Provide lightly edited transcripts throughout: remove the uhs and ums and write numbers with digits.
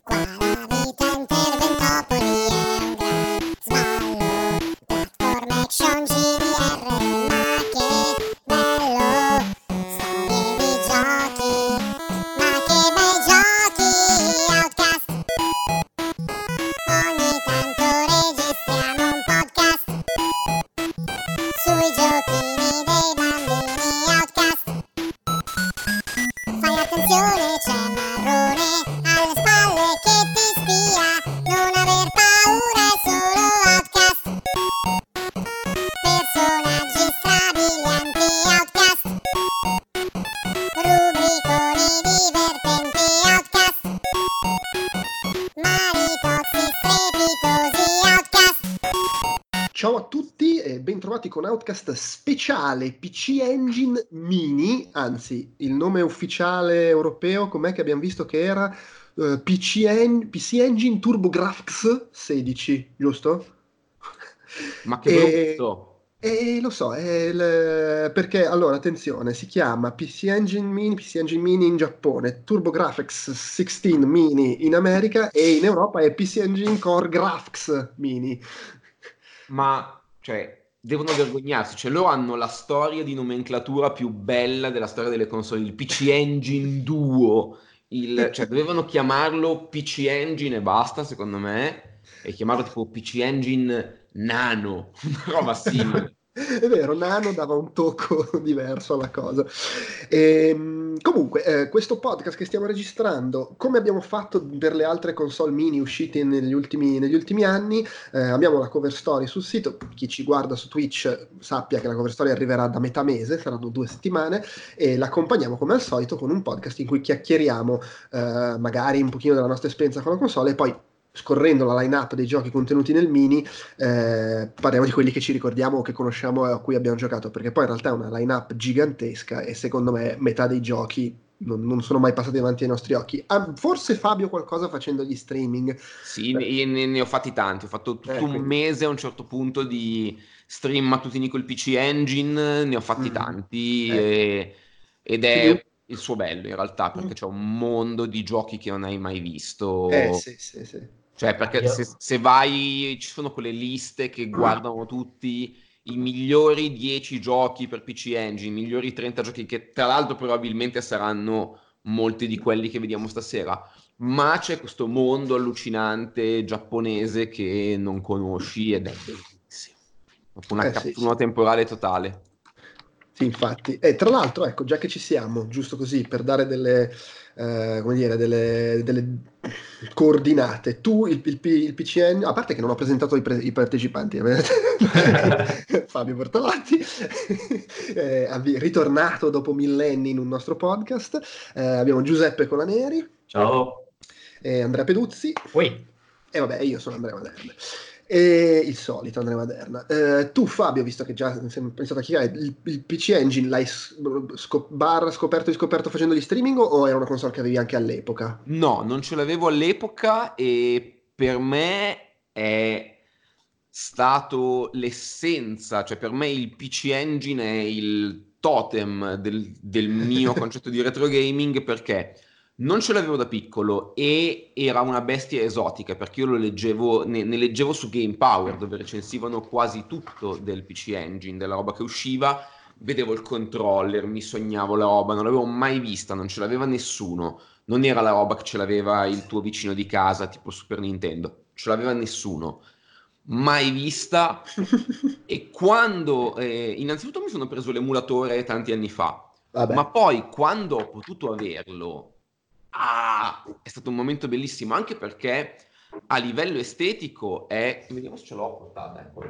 Qua la vita interventopoli è un gran sballo. Platform action GDR, ma che bello. Storie di giochi, ma che bei giochi. Outcast. Ogni tanto registriamo un podcast sui giochini dei bambini. Outcast. Fai attenzione, c'è Marrone alle spalle che ti spia. Non aver paura, è solo Outcast. Personaggi strabilianti. Outcast. Rubriconi divertenti. Outcast. Maritozzi strepitosi. Outcast. Ciao a tutti e bentrovati con Outcast speciale PC Engine Mini, anzi il nome ufficiale europeo com'è che abbiamo visto che era PC Engine TurboGrafx 16, giusto? Ma che brutto! Lo so, perché allora attenzione, si chiama PC Engine Mini in Giappone, TurboGrafx 16 Mini in America e in Europa è PC Engine Core Graphics Mini. Ma, cioè, devono vergognarsi. Cioè, loro hanno la storia di nomenclatura più bella della storia delle console, il PC Engine Duo. Cioè, dovevano chiamarlo PC Engine e basta, secondo me, e chiamarlo tipo PC Engine Nano, una roba simile. È vero, Nano dava un tocco diverso alla cosa. Comunque, questo podcast che stiamo registrando, come abbiamo fatto per le altre console mini uscite negli ultimi anni, abbiamo la cover story sul sito. Chi ci guarda su Twitch sappia che la cover story arriverà da metà mese, saranno 2 settimane, e l'accompagniamo come al solito con un podcast in cui chiacchieriamo magari un pochino della nostra esperienza con la console e poi, scorrendo la line-up dei giochi contenuti nel mini, parliamo di quelli che ci ricordiamo o che conosciamo e a cui abbiamo giocato, perché poi in realtà è una line-up gigantesca e secondo me metà dei giochi non sono mai passati davanti ai nostri occhi. Forse Fabio qualcosa facendo gli streaming. Sì, ne ho fatti tanti, ho fatto tutto un mese a un certo punto di stream mattutini col PC Engine, ne ho fatti tanti ed è il suo bello in realtà, perché c'è un mondo di giochi che non hai mai visto. Sì. Cioè, perché se vai, ci sono quelle liste che guardano tutti i migliori 10 giochi per PC Engine, i migliori 30 giochi, che tra l'altro probabilmente saranno molti di quelli che vediamo stasera, ma c'è questo mondo allucinante giapponese che non conosci ed è bellissimo. Una cattura temporale totale. Sì, infatti. E tra l'altro, ecco, già che ci siamo, giusto così, per dare delle coordinate, tu il PCN, a parte che non ho presentato i partecipanti, Fabio Bortolotti, ritornato dopo millenni in un nostro podcast, abbiamo Giuseppe Colaneri. Ciao. Andrea Peduzzi. Ui. E vabbè, io sono Andrea Maderna. E il solito Andrea Maderna. Tu, Fabio, visto che già sei pensato a chiacchierare, il PC Engine l'hai scoperto facendo gli streaming o era una console che avevi anche all'epoca? No, non ce l'avevo all'epoca e per me è stato l'essenza, cioè per me il PC Engine è il totem del mio concetto di retro gaming, perché non ce l'avevo da piccolo e era una bestia esotica, perché io lo leggevo, ne leggevo su Game Power, dove recensivano quasi tutto del PC Engine, della roba che usciva, vedevo il controller, mi sognavo la roba, non l'avevo mai vista, non ce l'aveva nessuno, non era la roba che ce l'aveva il tuo vicino di casa, tipo Super Nintendo, ce l'aveva nessuno, mai vista. E quando, innanzitutto mi sono preso l'emulatore tanti anni fa, ma poi quando ho potuto averlo, è stato un momento bellissimo, anche perché a livello estetico vediamo se ce l'ho portata, ecco.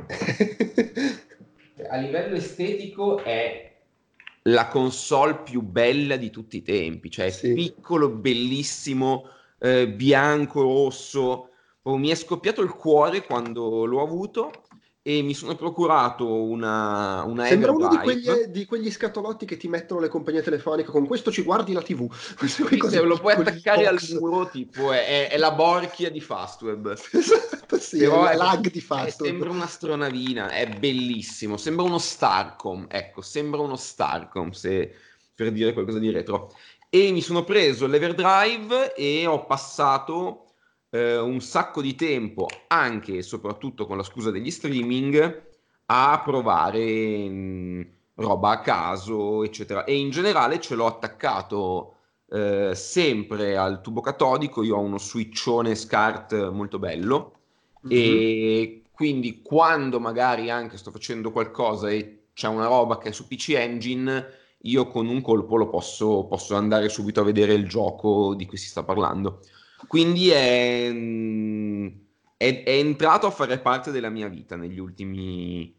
A livello estetico è la console più bella di tutti i tempi, cioè è piccolo, bellissimo, bianco, rosso. Mi è scoppiato il cuore quando l'ho avuto e mi sono procurato una Sembra uno Everdrive. di quegli scatolotti che ti mettono le compagnie telefoniche, con questo ci guardi la TV. Se lo puoi attaccare al muro, tipo è la Borchia di Fastweb. Esatto, sì, però è la lag di Fastweb. Sembra una stronavina, è bellissimo, sembra uno Starcom, ecco, sembra uno Starcom, per dire qualcosa di retro. E mi sono preso l'Everdrive e ho passato un sacco di tempo, anche e soprattutto con la scusa degli streaming, a provare roba a caso, eccetera. E in generale ce l'ho attaccato sempre al tubo catodico. Io ho uno switchone SCART molto bello, e quindi quando magari anche sto facendo qualcosa e c'è una roba che è su PC Engine, io con un colpo posso andare subito a vedere il gioco di cui si sta parlando. Quindi è entrato a fare parte della mia vita negli ultimi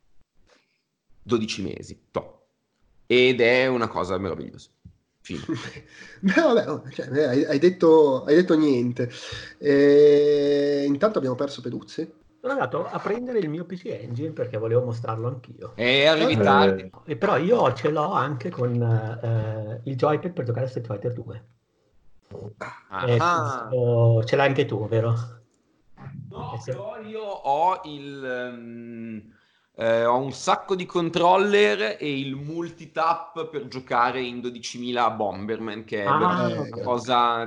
12 mesi. Ed è una cosa meravigliosa. Fine. Beh, vabbè, cioè, hai detto niente. Intanto abbiamo perso Peduzzi. Sono andato a prendere il mio PC Engine perché volevo mostrarlo anch'io. Arrivi tardi. E però io ce l'ho anche con il joypad per giocare a Street Fighter 2. Ce l'hai anche tu, vero? No, però io ho ho un sacco di controller e il multitap per giocare in 12.000 Bomberman, che è una cosa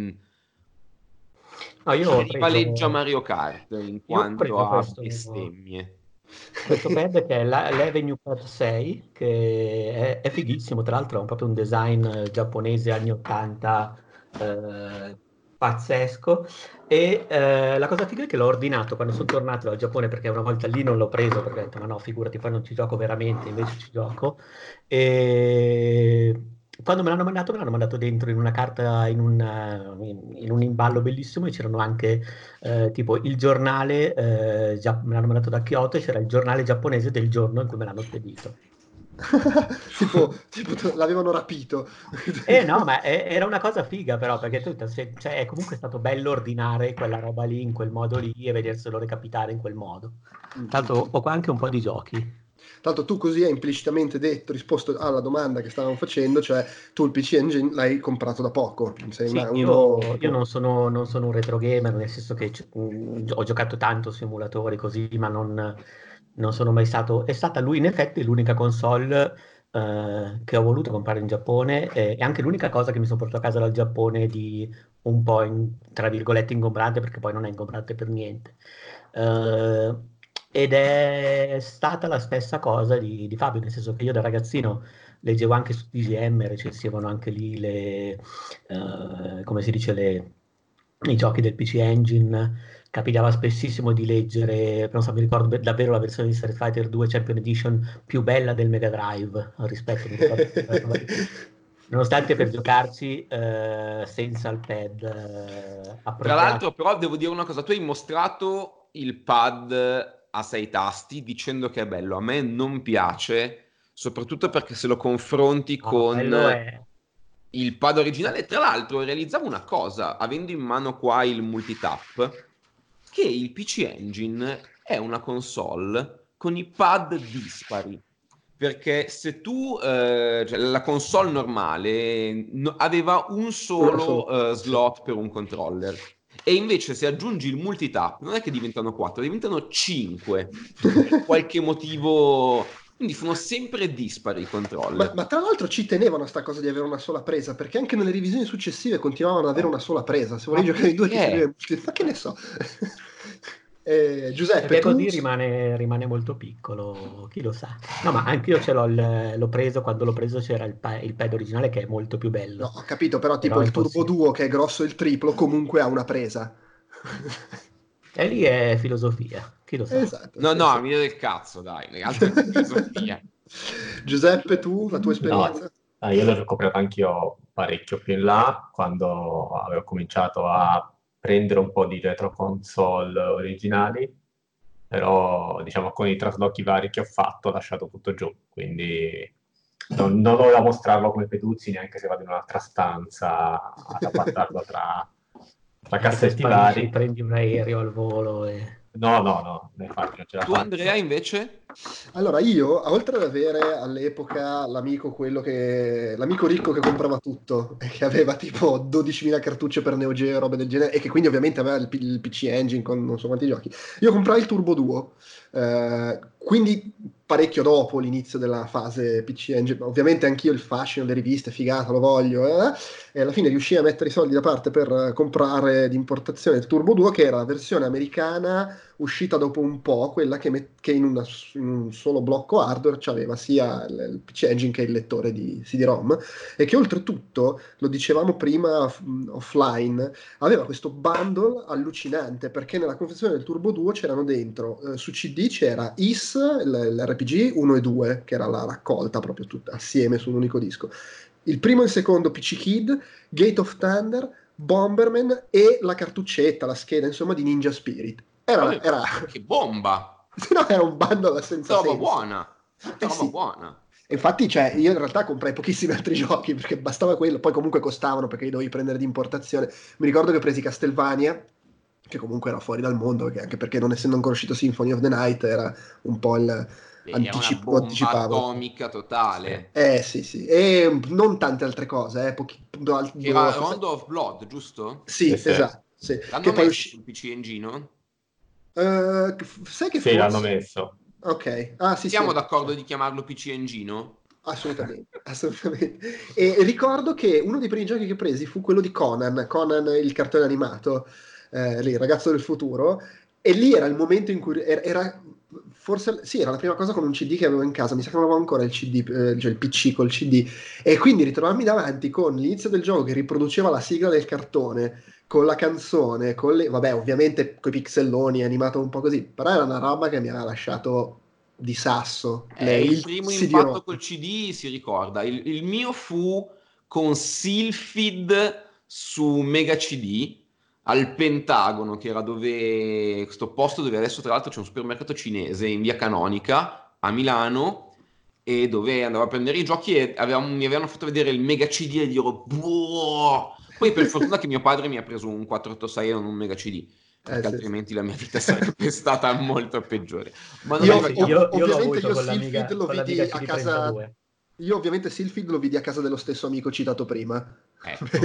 io rivaleggia Mario Kart in quanto a bestemmie. Questo pad che è l'Avenue Pad 6, che è fighissimo, tra l'altro è proprio un design giapponese anni 80 pazzesco. E la cosa figa è che l'ho ordinato quando sono tornato dal Giappone, perché una volta lì non l'ho preso perché ho detto ma no, figurati, poi non ci gioco veramente, invece ci gioco. E quando me l'hanno mandato dentro in una carta, in un imballo bellissimo, e c'erano anche tipo il giornale, me l'hanno mandato da Kyoto, e c'era il giornale giapponese del giorno in cui me l'hanno spedito. tipo l'avevano rapito. No, ma era una cosa figa, però, perché è comunque stato bello ordinare quella roba lì in quel modo lì e vederselo recapitare in quel modo. Tanto ho qua anche un po' di giochi. Tanto tu così hai implicitamente risposto alla domanda che stavamo facendo, cioè tu il PC Engine l'hai comprato da poco. Io non sono un retro gamer, nel senso che ho giocato tanto su emulatori così, ma non sono mai stato... È stata lui in effetti l'unica console che ho voluto comprare in Giappone, e anche l'unica cosa che mi sono portato a casa dal Giappone di un po' tra virgolette ingombrante, perché poi non è ingombrante per niente. Ed è stata la stessa cosa di Fabio, nel senso che io da ragazzino leggevo anche su TGM, recensivano anche lì come si dice, i giochi del PC Engine. Capitava spessissimo di leggere, non so, mi ricordo davvero la versione di Street Fighter 2 Champion Edition più bella del Mega Drive, rispetto, nonostante per giocarci senza il pad Tra l'altro, però, devo dire una cosa: tu hai mostrato il pad a 6 tasti dicendo che è bello. A me non piace, soprattutto perché se lo confronti con il pad originale. Tra l'altro realizzavo una cosa, avendo in mano qua il multitap, che il PC Engine è una console con i pad dispari. Perché se tu, cioè la console normale aveva un solo slot per un controller, e invece se aggiungi il multitap non è che diventano 4, diventano 5 per qualche motivo, quindi sono sempre dispari i controller. Ma tra l'altro ci tenevano a sta cosa di avere una sola presa, perché anche nelle revisioni successive continuavano ad avere una sola presa. Se volevi giocare in due ma che ne so. Giuseppe, perché così rimane molto piccolo, chi lo sa. No, ma anche io l'ho preso, quando l'ho preso c'era il pad originale che è molto più bello. No, ho capito, però tipo il Turbo Duo, che è grosso il triplo, comunque ha una presa. E lì è filosofia, chi lo sa. Esatto, no, mi del cazzo, dai, le altre filosofia. Giuseppe, tu, la tua esperienza? No, io l'ho comprato anch'io parecchio più in là, quando avevo cominciato a prendere un po' di retro console originali, però diciamo con i traslochi vari che ho fatto ho lasciato tutto giù, quindi non ho da mostrarlo come Peduzzi, neanche se vado in un'altra stanza ad appartarlo tra cassetti vari. Prendi un aereo al volo e... No, infatti non ce la Tu faccio. Andrea invece? Allora io, oltre ad avere all'epoca l'amico ricco che comprava tutto e che aveva tipo 12.000 cartucce per Neo Geo e robe del genere, e che quindi ovviamente aveva il PC Engine con non so quanti giochi, io comprai il Turbo Duo, quindi parecchio dopo l'inizio della fase PC Engine. Ovviamente anch'io il fascino delle riviste, figata, lo voglio, e alla fine riuscii a mettere i soldi da parte per comprare d'importazione il Turbo 2, che era la versione americana uscita dopo un po', quella che in un solo blocco hardware c'aveva sia il PC Engine che il lettore di CD-ROM, e che oltretutto, lo dicevamo prima offline, aveva questo bundle allucinante, perché nella confezione del Turbo 2 c'erano dentro, su CD c'era Is, l'RPG 1 e 2, che era la raccolta proprio tutta assieme su un unico disco, il primo e il secondo PC Kid, Gate of Thunder, Bomberman e la cartuccetta, la scheda insomma di Ninja Spirit. Era Che bomba! No, era un bundle senza Roba senso. buona. Roba Sì. buona. Infatti, cioè, io in realtà comprai pochissimi altri giochi perché bastava quello, poi comunque costavano perché li dovevi prendere di importazione. Mi ricordo che presi Castlevania, che comunque era fuori dal mondo, anche perché non essendo ancora uscito Symphony of the Night era un po' Era una bomba anticipavo. atomica totale. Sì. E non tante altre cose, Che era Rondo of Blood, giusto? Sì, Sì. esatto. Sì. L'hanno Che poi messo sul PC Engine? sai che Sì, l'hanno messo. Ok. Sì, Siamo sì. d'accordo di chiamarlo PC Engine? Assolutamente. E ricordo che uno dei primi giochi che presi fu quello di Conan, il cartone animato, lì, il ragazzo del futuro, e lì era il momento in cui era forse sì, era la prima cosa con un CD che avevo in casa, mi sa che non avevo ancora il CD, cioè il PC col CD, e quindi ritrovarmi davanti con l'inizio del gioco che riproduceva la sigla del cartone, con la canzone, vabbè, ovviamente coi pixelloni, animato un po' così, però era una roba che mi aveva lasciato di sasso. Il primo CD-ROM. impatto col CD si ricorda. Il mio fu con Sylphid su Mega CD al Pentagono, che era questo posto dove adesso tra l'altro c'è un supermercato cinese in via Canonica a Milano, e dove andavo a prendere i giochi e mi avevano fatto vedere il Mega CD e io boh! Poi per fortuna che mio padre mi ha preso un 486 e non un Mega CD, perché Sì. altrimenti la mia vita sarebbe stata molto peggiore. Ma non Io, è per io l'ho ovviamente avuto io con Sylphid lo con vidi l'Amiga a casa. CD32. Io ovviamente Sylphid lo vidi a casa dello stesso amico citato prima. Ecco.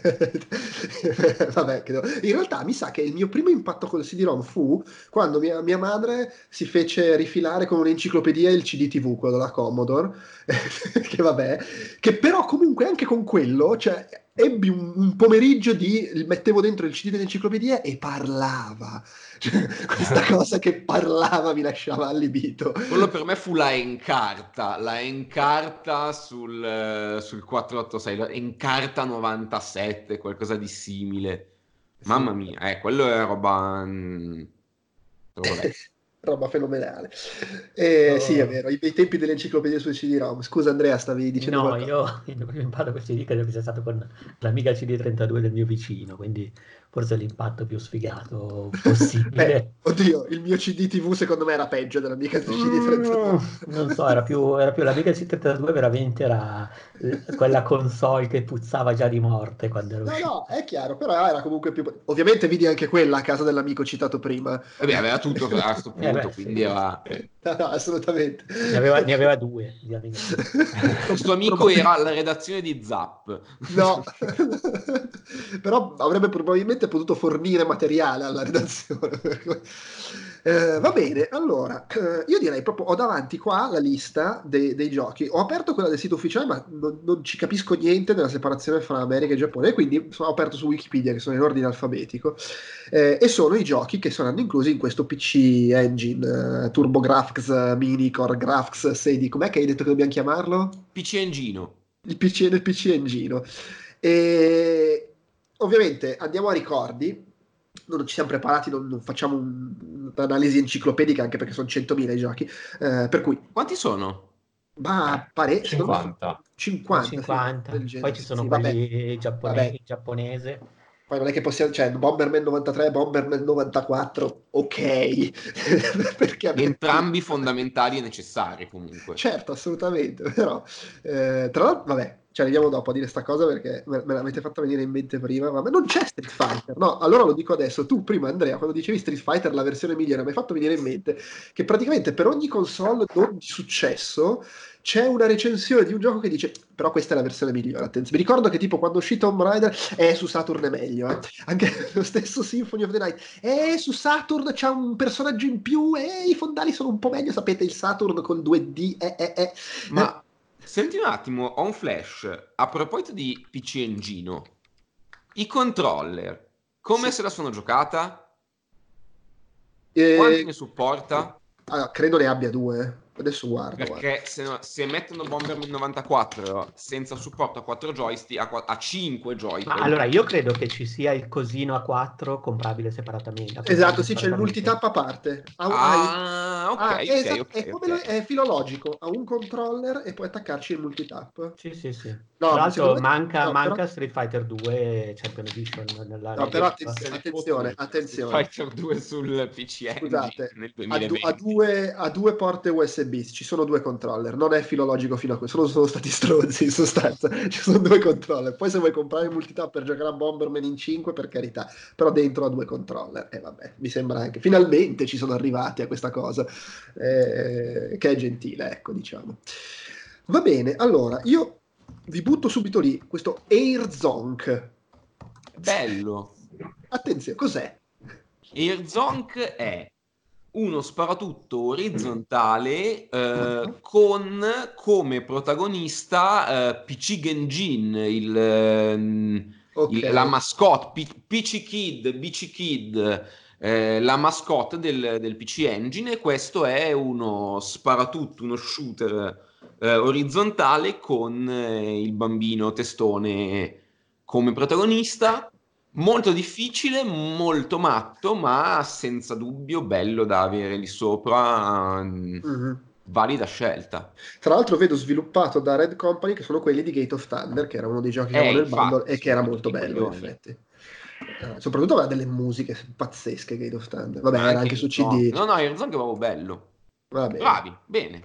Vabbè, in realtà mi sa che il mio primo impatto col CD-ROM fu quando mia madre si fece rifilare con un'enciclopedia il CD-TV, quello della Commodore, che però comunque anche con quello, cioè, ebbi un pomeriggio mettevo dentro il CD dell'enciclopedia e parlava. Questa cosa che parlava mi lasciava allibito. Quello per me fu la Encarta sul 486, la Encarta 97, qualcosa di simile. Mamma mia, quello è roba vecchia. Roba fenomenale. Oh. Sì, è vero, i tempi dell'enciclopedia sui CD-ROM. Scusa Andrea, stavi dicendo No, qualcosa? il mio primo impatto con il CD credo che sia stato con l'Amiga CD32 del mio vicino, quindi forse l'impatto più sfigato possibile. Oddio, il mio CD-TV secondo me era peggio dell'amica CD32. Non so, era più l'Amiga CD32 veramente era quella console che puzzava già di morte quando era uscita. No, è chiaro, però era comunque più. Ovviamente vidi anche quella a casa dell'amico citato prima. Vabbè, aveva tutto a questo punto, Sì. quindi era. No, assolutamente. Ne aveva due di Amiga. Questo amico era alla redazione di Zap. No, però avrebbe probabilmente potuto fornire materiale alla redazione. Va bene, allora, io direi proprio, ho davanti qua la lista dei giochi, ho aperto quella del sito ufficiale ma non ci capisco niente della separazione fra America e Giappone, quindi ho aperto su Wikipedia, che sono in ordine alfabetico, e sono i giochi che saranno inclusi in questo PC Engine, TurboGrafx Mini, Core Graphics 6D, com'è che hai detto che dobbiamo chiamarlo? PC Engino. Il PC Engino. E ovviamente andiamo a ricordi, non ci siamo preparati, non facciamo un'analisi enciclopedica anche perché sono 100.000 i giochi, per cui Quanti sono? 50. 50 del genere. Poi ci sono Sì, quelli vabbè. giapponese. Poi non è che possiamo, cioè Bomberman 93, Bomberman 94, ok. Perché Entrambi fondamentali e necessari comunque. Certo, assolutamente, però tra l'altro, vabbè, ci arriviamo dopo a dire sta cosa perché me l'avete fatta venire in mente prima, ma non c'è Street Fighter, no? Allora lo dico adesso, tu prima Andrea, quando dicevi Street Fighter la versione migliore, mi hai fatto venire in mente che praticamente per ogni console non di successo c'è una recensione di un gioco che dice però questa è la versione migliore, attenzione. Mi ricordo che tipo quando uscì Tomb Raider su Saturn è meglio, anche lo stesso Symphony of the Night su Saturn c'è un personaggio in più e i fondali sono un po' meglio, sapete, il Saturn col 2D Ma senti un attimo, ho un flash a proposito di PC Engine, i controller come se la sono giocata? Quanti ne supporta? Credo ne abbia 2. Adesso guardo. Perché se mettono Bomberman 94 senza supporto a 4 joystick, a 5 joystick. Ma allora io credo che ci sia il cosino a 4 comprabile separatamente. Esatto, sì, c'è il multitap a parte. Ok. È filologico, ha un controller e puoi attaccarci il multitap. Sì. No, Tra l'altro me... manca però... Street Fighter 2 Champion Edition nella No, però attenzione. Street Fighter 2 sul PC Scusate, nel 2020. ha due porte USB, ci sono 2 controller, non è filologico fino a questo, sono stati stronzi in sostanza, ci sono 2 controller, poi se vuoi comprare il multitap per giocare a Bomberman in 5 per carità, però dentro ha 2 controller, e vabbè, mi sembra anche, finalmente ci sono arrivati a questa cosa, che è gentile, ecco, diciamo. Va bene, allora, io vi butto subito lì, questo Airzonk. Bello. Attenzione, cos'è? Airzonk è uno sparatutto orizzontale con come protagonista PC Genjin, la mascotte BC Kid, la mascotte del PC Engine, e questo è uno sparatutto, uno shooter orizzontale con il bambino testone come protagonista. Molto difficile, molto matto, ma senza dubbio bello da avere lì sopra, valida scelta. Tra l'altro vedo sviluppato da Red Company, che sono quelli di Gate of Thunder, che era uno dei giochi che avevo nel bundle e che era molto bello in effetti. Soprattutto aveva delle musiche pazzesche Gate of Thunder. Vabbè, era anche su CD. No, Airzonk è proprio bello. Bravi, bene.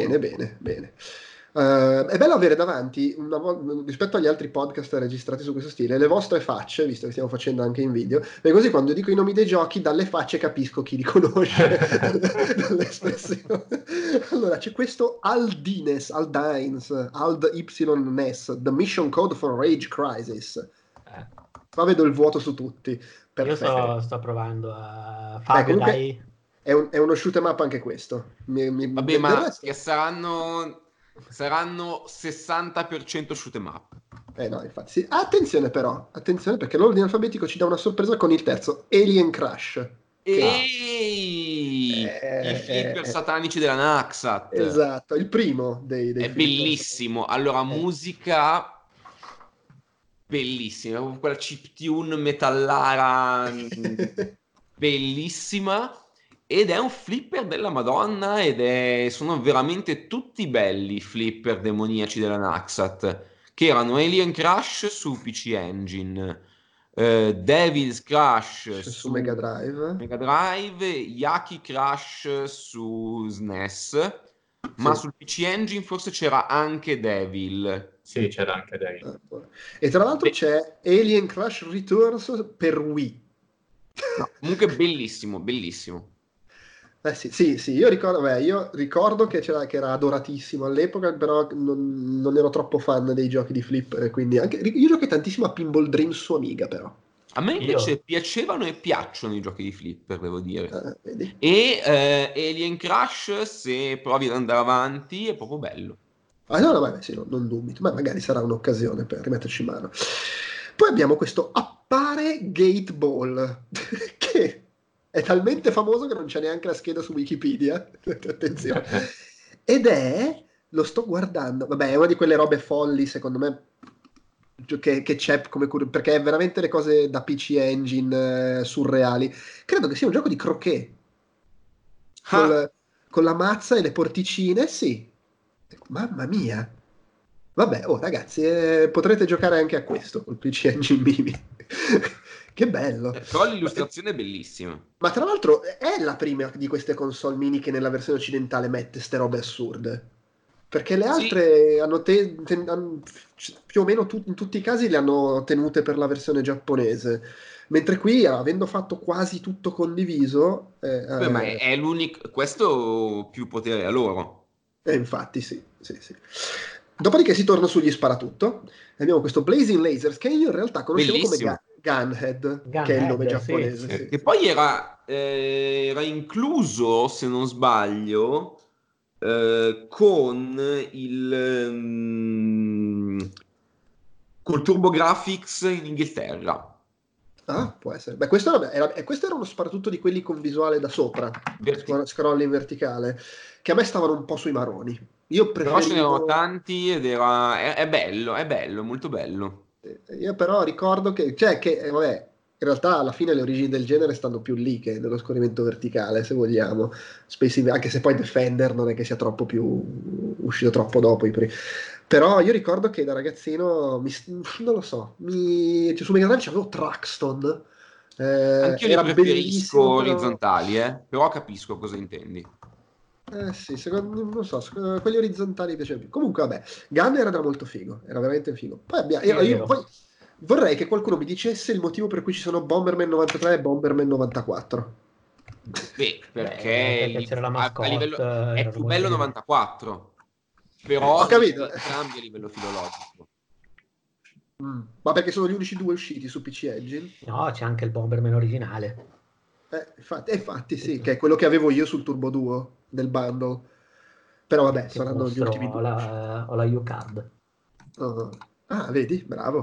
È bello avere davanti, rispetto agli altri podcast registrati su questo stile, le vostre facce, visto che stiamo facendo anche in video, e così quando dico i nomi dei giochi, dalle facce capisco chi li conosce dall'espressione. Allora, c'è questo Aldines, Ald YNES, The Mission Code for Rage Crisis. Qua vedo il vuoto su tutti. Perfetto. Io sto provando a fare, dai. È uno shoot 'em up anche questo. Vabbè, ma che saranno 60% shoot 'em up. No, infatti sì. Attenzione perché l'ordine alfabetico ci dà una sorpresa con il terzo, Alien Crash. I flipper satanici della Naxat. Esatto, il primo dei è bellissimo. Allora, musica bellissima, quella chiptune metallara bellissima. Ed è un flipper della Madonna, sono veramente tutti belli i flipper demoniaci della Naxat, che erano Alien Crash su PC Engine, Devil's Crash su Mega Drive, Yaki Crash su SNES, ma sul PC Engine forse c'era anche Devil. Sì, c'era anche Devil. E tra l'altro c'è Alien Crash Returns per Wii. No, comunque bellissimo. Sì, io ricordo che era adoratissimo all'epoca, però non ero troppo fan dei giochi di flipper, quindi io giocai tantissimo a Pinball Dreams su Amiga, però. A me invece piacevano e piacciono i giochi di flipper, devo dire. Vedi? E Alien Crash, se provi ad andare avanti, è proprio bello. Non dubito, ma magari sarà un'occasione per rimetterci in mano. Poi abbiamo questo Appare Gate Ball, che è talmente famoso che non c'è neanche la scheda su Wikipedia. Attenzione. Ed lo sto guardando, vabbè, è una di quelle robe folli, secondo me, che c'è come perché è veramente le cose da PC Engine surreali. Credo che sia un gioco di croquet. Con la mazza e le porticine, sì. Mamma mia. Vabbè, ragazzi, potrete giocare anche a questo col PC Engine Mini. Che bello. Però l'illustrazione è bellissima. Ma tra l'altro è la prima di queste console mini che nella versione occidentale mette ste robe assurde. perché le Sì, altre più o meno in tutti i casi le hanno tenute per la versione giapponese, mentre qui, avendo fatto quasi tutto condiviso, beh, ma è l'unico, questo più potere a loro. infatti sì, sì, sì. Dopodiché si torna sugli sparatutto, e abbiamo questo Blazing Lasers, che io in realtà conoscevo come Bellissimo. Gunhead, che è il nome Gunhead, sì. giapponese, sì, Che sì. poi era incluso, se non sbaglio, con col TurboGrafx in Inghilterra. Ah, può essere. Beh, questo era uno sparatutto di quelli con visuale da sopra, scroll in verticale, che a me stavano un po' sui maroni. Io Però ce n'erano preferivo. tanti ed è bello, molto bello. Io però ricordo che, vabbè, in realtà alla fine le origini del genere stanno più lì che nello scorrimento verticale, se vogliamo. Anche se poi Defender non è che sia troppo più uscito troppo dopo Però io ricordo che da ragazzino, non lo so, cioè, su Mega Drive c'avevo Truxton, Anch'io li era preferisco bellissimo, però. orizzontali, però capisco cosa intendi. Sì, non so, quelli orizzontali mi piacevano più. Comunque, vabbè, Gunner era molto figo, era veramente figo. Poi Sì, è io vero. poi vorrei che qualcuno mi dicesse il motivo per cui ci sono Bomberman 93 e Bomberman 94. Beh, Beh, perché perché c'era la a mascotte, livello è erano più molto bello diversi. 94, Ho però capito. entrambi a livello filologico. Ma perché sono gli unici due usciti su PC Engine? No, c'è anche il Bomberman originale. Infatti sì, che è quello che avevo io sul Turbo Duo del bundle. Però vabbè, Che saranno gli mostro, ultimi ho due usciti. la U-Card. Oh. Ah, vedi, bravo.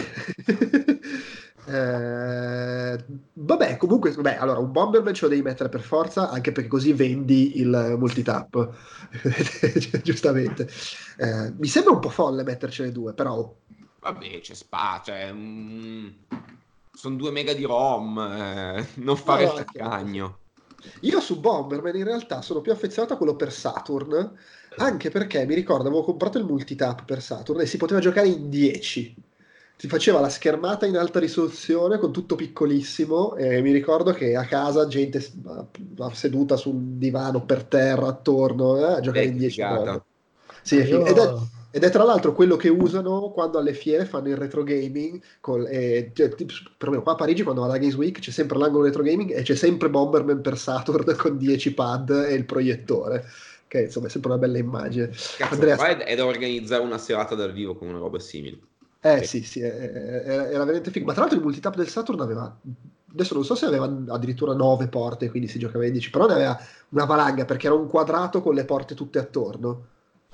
Vabbè, comunque, vabbè, allora un Bomberman ce lo devi mettere per forza, anche perché così vendi il multitap. Giustamente. Mi sembra un po' folle mettercene due, però. Vabbè, c'è cioè, sono 2 mega di ROM, non No, fare il no, certo, sì. taccagno. Io su Bomberman in realtà sono più affezionato a quello per Saturn, anche perché mi ricordo avevo comprato il multitap per Saturn e si poteva giocare in 10. Si faceva la schermata in alta risoluzione con tutto piccolissimo e mi ricordo che a casa gente seduta sul divano per terra attorno a giocare in Che 10 Bomber. figata. Sì, è Io, figo. Ed è tra l'altro quello che usano quando alle fiere fanno il retro gaming. Perlomeno qua a Parigi, quando vado alla Games Week, c'è sempre l'angolo retro gaming e c'è sempre Bomberman per Saturn con 10 pad e il proiettore. Che insomma è sempre una bella immagine. Cazzo, Andrea, qua è da organizzare una serata dal vivo con una roba simile. Sì. sì, sì, era veramente figo. Ma tra l'altro il multitap del Saturn aveva. Adesso non so se aveva addirittura 9 porte, quindi si giocava in 10, però ne aveva una valanga perché era un quadrato con le porte tutte attorno.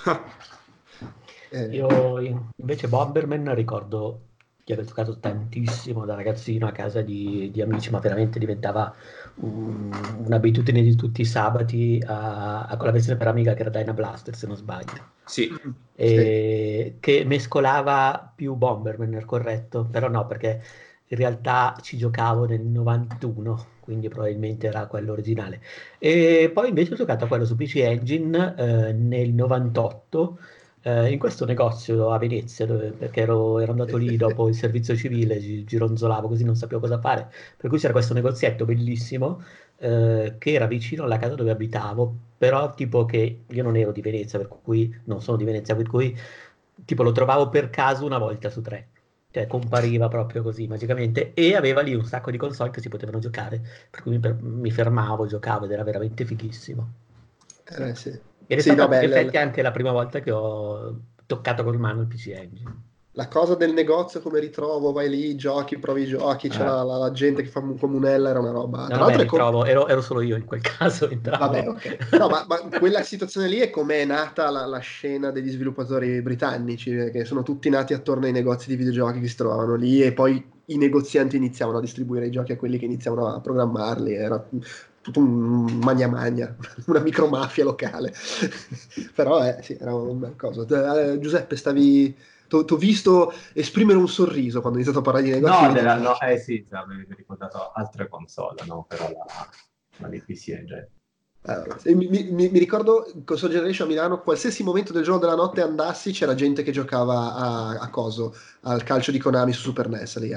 Eh, invece Bomberman ricordo di aver giocato tantissimo da ragazzino a casa di amici, ma veramente diventava un'abitudine di tutti i sabati con la versione per Amiga che era Dyna Blaster, se non sbaglio. Sì. sì. Che mescolava più Bomberman, è corretto? Però no, perché in realtà ci giocavo nel 91, quindi probabilmente era quello originale. E poi invece ho giocato a quello su PC Engine nel 98 in questo negozio a Venezia, perché ero andato lì dopo il servizio civile, gironzolavo così non sapevo cosa fare. Per cui c'era questo negozietto bellissimo che era vicino alla casa dove abitavo, però tipo che io non ero di Venezia, per cui non sono di Venezia, per cui tipo lo trovavo per caso una volta su tre. Cioè compariva proprio così magicamente e aveva lì un sacco di console che si potevano giocare, per cui mi fermavo, giocavo ed era veramente fighissimo. Sì. Ed è Sì, stata no, a tutti gli effetti anche la prima volta che ho toccato con mano il PC Engine. la cosa del negozio come ritrovo, vai lì, giochi, provi i giochi, c'è la gente che fa comunella, era una roba. No, Tra vabbè, l'altro ritrovo, ero solo io in quel caso, Vabbè, entravo. ok. No, ma quella situazione lì è come è nata la scena degli sviluppatori britannici, che sono tutti nati attorno ai negozi di videogiochi che si trovavano lì e poi i negozianti iniziavano a distribuire i giochi a quelli che iniziavano a programmarli. Era tutto un magna magna, una micromafia locale. Però sì, era un bel coso. Giuseppe, t'ho visto esprimere un sorriso quando hai iniziato a parlare di negozi No, di videogiochi. no, sì, mi ricordato altre console, no? Però la di PC Engine. Allora, mi ricordo Console Generation a Milano, qualsiasi momento del giorno o della notte andassi c'era gente che giocava a coso, al calcio di Konami su Super NES, lì,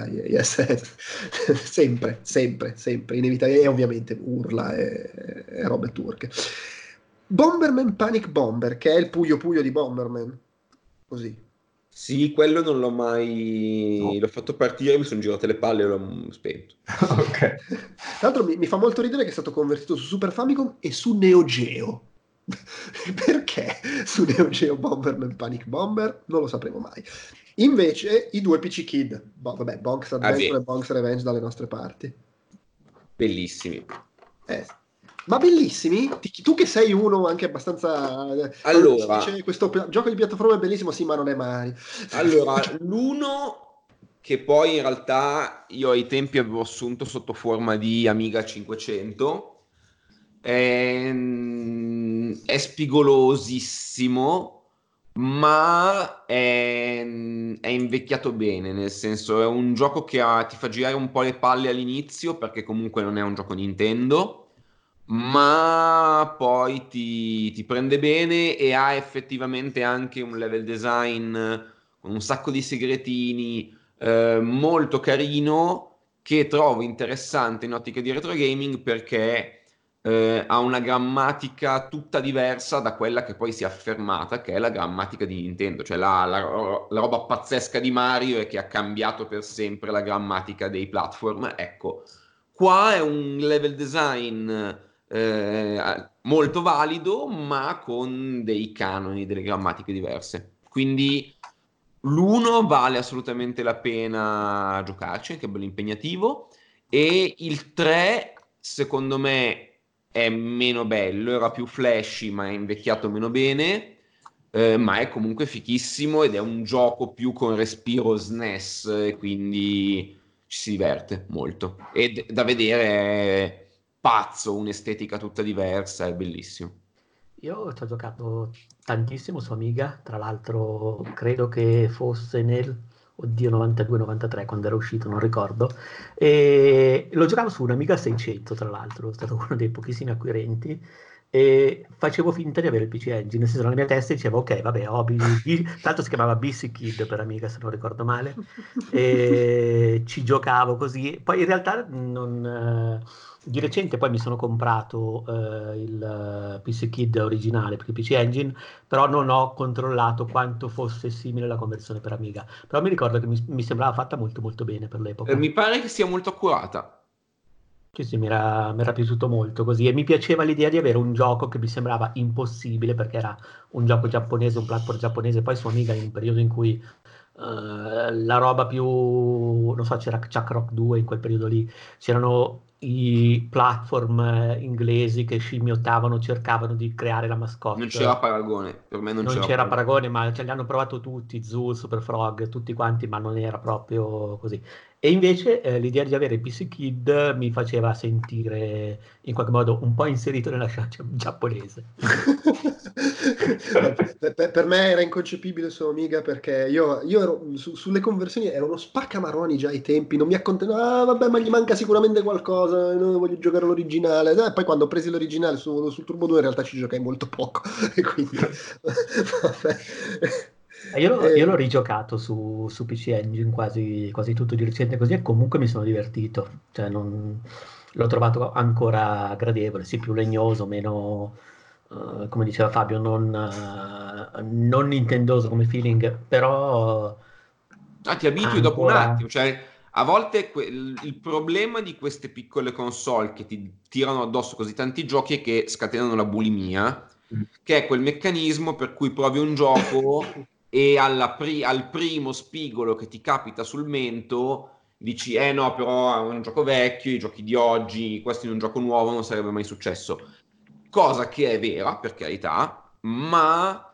sempre, sempre, sempre, inevitabilmente, e ovviamente urla e robe turche. Bomberman Panic Bomber, che è il Puyo Puyo di Bomberman. Così. Sì, quello non l'ho mai... No. L'ho fatto partire, mi sono girate le palle e l'ho spento. Ok. Tra l'altro mi fa molto ridere che è stato convertito su Super Famicom e su Neo Geo. Perché su Neo Geo Bomberman Panic Bomber? Non lo sapremo mai. Invece i due PC Kid, vabbè, Bonk's Adventure e Bonk's Revenge dalle nostre parti. Bellissimi. Ma bellissimi? Tu che sei uno anche abbastanza... Allora... Dice, questo gioco di piattaforma è bellissimo, sì, ma non è mai. Allora, l'uno che poi in realtà io ai tempi avevo assunto sotto forma di Amiga 500 è spigolosissimo, ma è invecchiato bene, nel senso è un gioco che ti fa girare un po' le palle all'inizio perché comunque non è un gioco Nintendo, ma poi ti prende bene e ha effettivamente anche un level design con un sacco di segretini, molto carino, che trovo interessante in ottica di retro gaming perché ha una grammatica tutta diversa da quella che poi si è affermata, che è la grammatica di Nintendo, cioè la roba pazzesca di Mario e che ha cambiato per sempre la grammatica dei platform. Ecco, qua è un level design molto valido, ma con dei canoni, delle grammatiche diverse. Quindi l'uno vale assolutamente la pena giocarci, anche bello impegnativo, e il 3 secondo me è meno bello, era più flashy ma è invecchiato meno bene, ma è comunque fichissimo ed è un gioco più con respiro SNES, e quindi ci si diverte molto. E da vedere è pazzo, un'estetica tutta diversa, è bellissimo. Io ci ho giocato tantissimo su Amiga, tra l'altro credo che fosse nel 92-93 quando era uscito, non ricordo, e lo giocavo su un Amiga 600 tra l'altro, è stato uno dei pochissimi acquirenti e facevo finta di avere il PC Engine, nel senso nella mia testa dicevo ok vabbè tanto si chiamava BC Kid per Amiga se non ricordo male, e ci giocavo così, poi in realtà non... Di recente poi mi sono comprato il PC Kid originale per il PC Engine, però non ho controllato quanto fosse simile la conversione per Amiga. Però mi ricordo che mi sembrava fatta molto molto bene per l'epoca. Mi pare che sia molto accurata. Sì, sì, mi era piaciuto molto così e mi piaceva l'idea di avere un gioco che mi sembrava impossibile perché era un gioco giapponese, un platform giapponese, poi su Amiga in un periodo in cui la roba più, non so, c'era Chuck Rock 2 in quel periodo lì, c'erano i platform inglesi che scimmiottavano, cercavano di creare la Non c'era mascotte. paragone, per me non Non c'era c'era paragone. paragone, ma ce li hanno provato tutti, Zul, Super Frog, tutti quanti, ma non era proprio così. E invece l'idea di avere PC Kid mi faceva sentire in qualche modo un po' inserito nella scena giapponese. Per me era inconcepibile su Amiga perché io ero sulle conversioni ero uno spaccamaroni già ai tempi, non mi accontentavo, vabbè ma gli manca sicuramente qualcosa, non voglio giocare l'originale. Poi quando ho preso l'originale sul Turbo 2 in realtà ci giocai molto poco e quindi vabbè. Io l'ho rigiocato su PC Engine quasi tutto di recente così e comunque mi sono divertito, cioè l'ho trovato ancora gradevole, sì più legnoso, meno, come diceva Fabio, non nintendoso come feeling, però Ti abitui dopo un ancora... attimo, cioè a volte il problema di queste piccole console che ti tirano addosso così tanti giochi è che scatenano la bulimia, che è quel meccanismo per cui provi un gioco e al primo spigolo che ti capita sul mento dici no però è un gioco vecchio, i giochi di oggi, questo in un gioco nuovo non sarebbe mai successo, cosa che è vera per carità, ma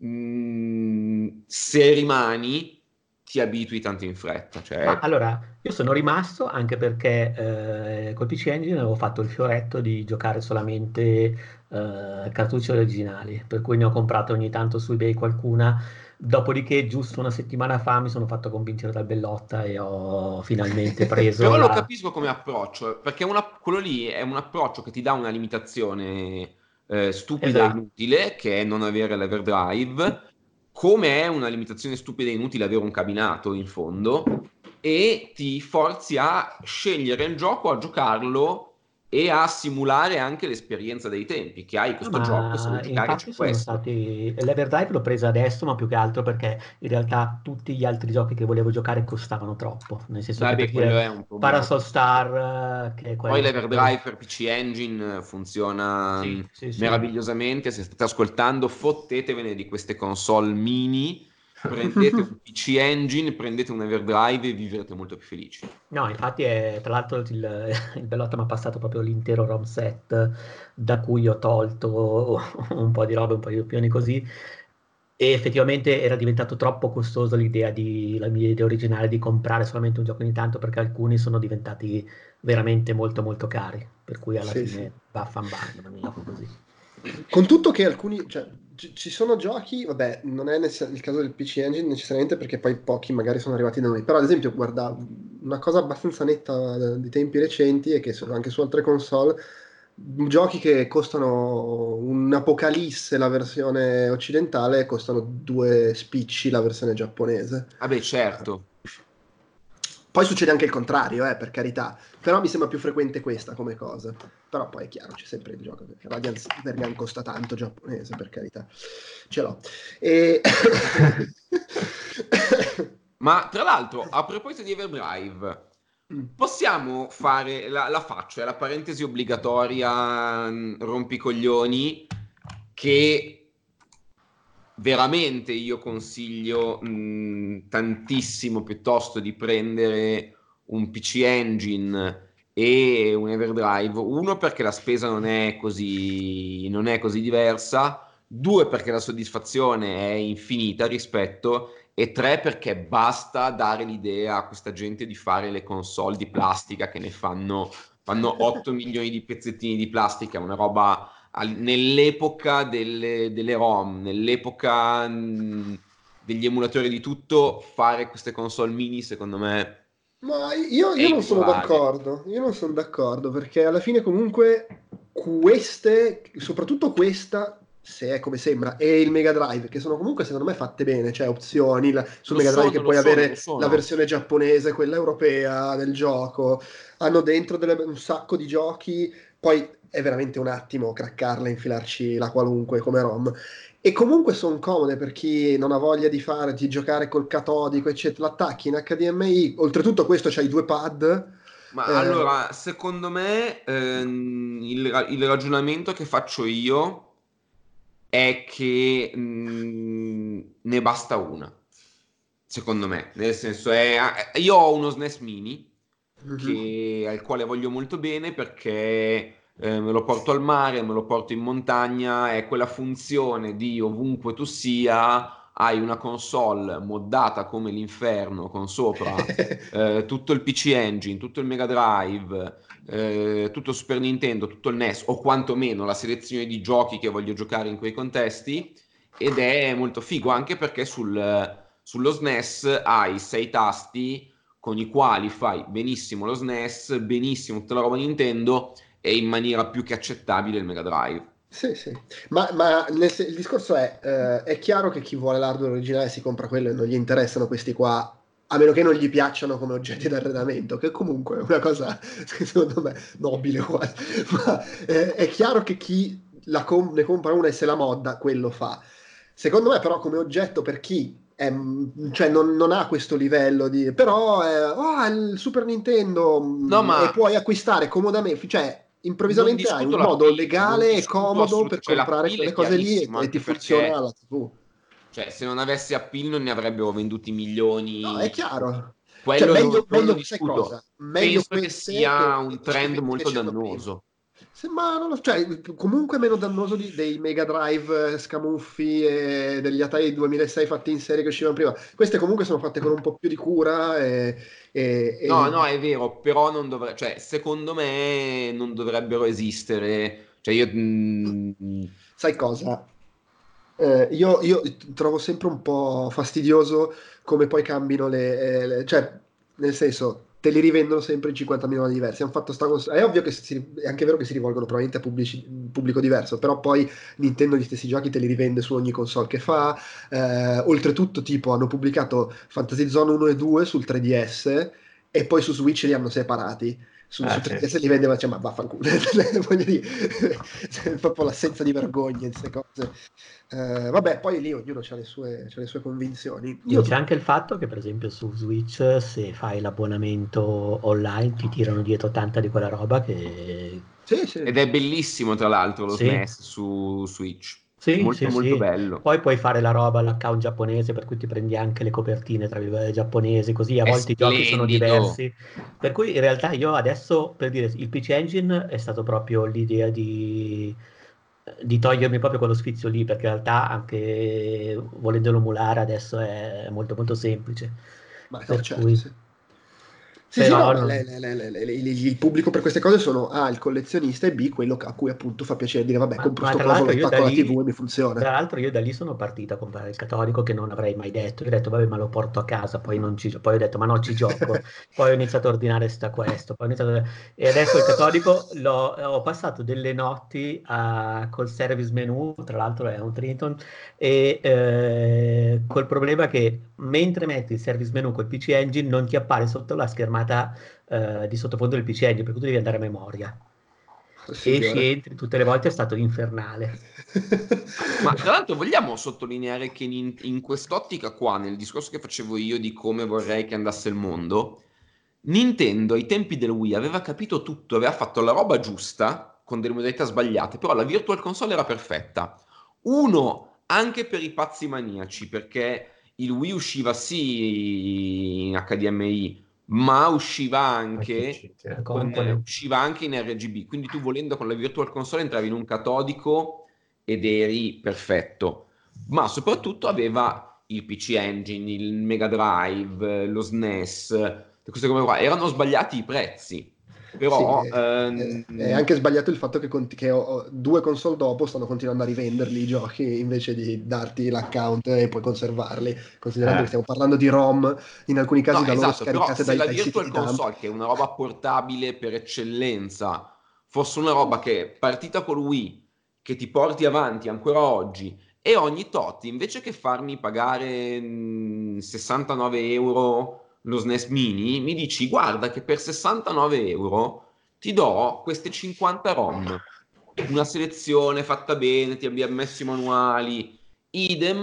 se rimani ti abitui tanto in fretta, Ma cioè allora, io sono rimasto anche perché col PC Engine avevo fatto il fioretto di giocare solamente cartucce originali, per cui ne ho comprato ogni tanto su eBay qualcuna. Dopodiché, giusto una settimana fa, mi sono fatto convincere dal Bellotta e ho finalmente preso però lo la... capisco come approccio, perché quello lì è un approccio che ti dà una limitazione stupida e Esatto. inutile, che è non avere l'everdrive, come è una limitazione stupida e inutile avere un cabinato in fondo, e ti forzi a scegliere il gioco, a giocarlo e a simulare anche l'esperienza dei tempi, che hai questo gioco, e se vuoi giocare Infatti c'è sono questo. stati l'Everdrive l'ho presa adesso, ma più che altro perché in realtà tutti gli altri giochi che volevo giocare costavano troppo, nel senso che per Vabbè, quello dire è un problema. Parasol Star, che è Poi quello proprio. l'Everdrive per PC Engine funziona Sì, sì, sì. meravigliosamente. Se state ascoltando, fottetevene di queste console mini, prendete un PC Engine, prendete un Everdrive e vivrete molto più felici. No, infatti tra l'altro il Bellotto mi ha passato proprio l'intero ROM set, da cui ho tolto un po' di robe, un po' di opzioni così, e effettivamente era diventato troppo costoso la mia idea originale di comprare solamente un gioco ogni tanto, perché alcuni sono diventati veramente molto molto cari, per cui alla Sì, sì. fine vaffanbando, non mi gioco così. Con tutto che alcuni, cioè, ci sono giochi, vabbè, non è il caso del PC Engine necessariamente perché poi pochi magari sono arrivati da noi, però ad esempio, guarda, una cosa abbastanza netta di tempi recenti è che anche su altre console, giochi che costano un Apocalisse la versione occidentale costano due spicci la versione giapponese. Vabbè, certo. Poi succede anche il contrario, per carità, però mi sembra più frequente questa come cosa. Però poi è chiaro, c'è sempre il gioco, perché Radiant Vergan costa tanto giapponese, per carità. Ce l'ho. E... Ma tra l'altro, a proposito di Everdrive, possiamo fare la faccia, la parentesi obbligatoria, rompicoglioni, che veramente io consiglio tantissimo piuttosto di prendere un PC Engine e un Everdrive. Uno, perché la spesa non è così diversa. Due, perché la soddisfazione è infinita rispetto. E tre, perché basta dare l'idea a questa gente di fare le console di plastica che ne fanno 8 milioni di pezzettini di plastica, una roba nell'epoca delle ROM, nell'epoca degli emulatori di tutto, fare queste console mini secondo me Ma è io non sono immorale. d'accordo, io non sono d'accordo perché alla fine comunque queste, soprattutto questa, se è come sembra, e il Mega Drive, che sono comunque secondo me fatte bene, cioè opzioni, sul Lo Mega Drive sono, che lo puoi sono, lo avere la sono. versione giapponese, quella europea del gioco, hanno dentro un sacco di giochi, poi è veramente un attimo craccarla, infilarci la qualunque come ROM. E comunque sono comode per chi non ha voglia di giocare col catodico, eccetera. L'attacchi in HDMI, oltretutto questo c'hai due pad. Ma eh, allora, secondo me il ragionamento che faccio io è che ne basta una, secondo me. Nel senso, io ho uno SNES Mini mhm. al quale voglio molto bene perché me lo porto al mare, me lo porto in montagna, è quella funzione di ovunque tu sia, hai una console moddata come l'inferno con sopra tutto il PC Engine, tutto il Mega Drive, tutto il Super Nintendo, tutto il NES, o quantomeno la selezione di giochi che voglio giocare in quei contesti, ed è molto figo anche perché sullo SNES hai 6 tasti con i quali fai benissimo lo SNES, benissimo tutta la roba Nintendo e in maniera più che accettabile il Mega Drive. Sì, sì. Il discorso è chiaro che chi vuole l'hardware originale si compra quello e non gli interessano questi qua, a meno che non gli piacciono come oggetti d'arredamento, che comunque è una cosa, secondo me, nobile quasi. Ma è chiaro che chi ne compra una e se la modda, quello fa. Secondo me però come oggetto per chi cioè non ha questo livello di... Però il Super Nintendo No, e ma puoi acquistare comodamente, cioè non improvvisamente hai discuto un modo l'appeal, non legale e discuto comodo per assolutamente, cioè comprare l'appeal quelle è cose lì chiarissimo, e ti anche funziona perché la TV. cioè, se non avessi appeal non ne avrebbero venduti No, è milioni. chiaro. Cioè Quello non lo sai cosa? discuto. Meglio Penso che queste sia che un gli trend strumenti che molto c'erano prima. dannoso. Ma non lo, cioè, comunque meno dannoso dei Mega Drive scamuffi e degli Atari 2006 fatti in serie che uscivano prima. Queste comunque sono fatte con un po' più di cura No, e no, è vero, però non dovrebbe, cioè, secondo me non dovrebbero esistere. Cioè, io sai cosa? Io trovo sempre un po' fastidioso come poi cambino cioè, nel senso, te li rivendono sempre in 50.000 modi diversi. Hanno fatto è ovvio che è anche vero che si rivolgono probabilmente a pubblico diverso, però poi Nintendo gli stessi giochi te li rivende su ogni console che fa. Oltretutto, tipo, hanno pubblicato Fantasy Zone 1 e 2 sul 3DS e poi su Switch li hanno separati. Su 3DS sì. li vendeva, cioè, ma vaffanculo, voglio dire, è proprio l'assenza di vergogna in queste cose. Vabbè, poi lì ognuno ha le sue convinzioni. Sì, c'è anche il fatto che per esempio su Switch se fai l'abbonamento online ti tirano dietro tanta di quella roba che... Sì, sì. Ed è bellissimo, tra l'altro, lo Sì. SNES su Switch. Sì, Molto, sì, molto sì. bello. Poi puoi fare la roba all'account giapponese, per cui ti prendi anche le copertine, tra virgolette, giapponesi, così a È volte i giochi sono splendido. diversi. Per cui in realtà io adesso, per dire, il PC Engine è stato proprio l'idea di togliermi proprio quello sfizio lì, perché in realtà anche volendolo emulare adesso è molto molto semplice. Ma no, Per certo, cui, sì. Sì, sì, no, però ma non... il pubblico per queste cose sono A, il collezionista, e B, quello a cui appunto fa piacere dire, vabbè, compro Ma sto tra coso, lo l'altro io da attacco alla TV lì, e mi funziona. tra l'altro io da lì sono partito a comprare il catodico che non avrei mai detto. Io ho detto, vabbè, ma lo porto a casa, poi, non ci, poi ho detto, ma no, ci gioco. Poi ho iniziato a ordinare sta questo, poi ho iniziato e adesso il catodico ho passato delle notti col service menu, tra l'altro è un Triton, e col problema che mentre metti il service menu col PC Engine non ti appare sotto la schermata di sottofondo del PC Engine, per cui devi andare a memoria. Esci, Signore. entri tutte le volte, è stato infernale. Ma tra l'altro vogliamo sottolineare che in quest'ottica qua, nel discorso che facevo io di come vorrei che andasse il mondo, Nintendo ai tempi del Wii aveva capito tutto, aveva fatto la roba giusta, con delle modalità sbagliate, però la Virtual Console era perfetta. Uno, anche per i pazzi maniaci, perché il Wii usciva sì in HDMI, ma usciva Anche anche cheat, eh. Component. usciva anche in RGB, quindi tu volendo con la Virtual Console entravi in un catodico ed eri perfetto, ma soprattutto aveva il PC Engine, il Mega Drive, lo SNES, queste cose qua. Erano sbagliati i prezzi, Sì, però è anche sbagliato il fatto che due console dopo stanno continuando a rivenderli i giochi invece di darti l'account e poi conservarli, considerando che Eh, stiamo parlando di ROM, in alcuni casi no, da loro esatto, però scaricate se la dai siti Virtual di dump. Console, che è una roba portabile per eccellenza, fosse una roba che è partita col Wii, che ti porti avanti ancora oggi, e ogni tot, invece che farmi pagare 69 euro lo SNES Mini, mi dici, guarda che per 69 euro ti do queste 50 ROM, una selezione fatta bene, ti abbiamo messo i manuali, idem,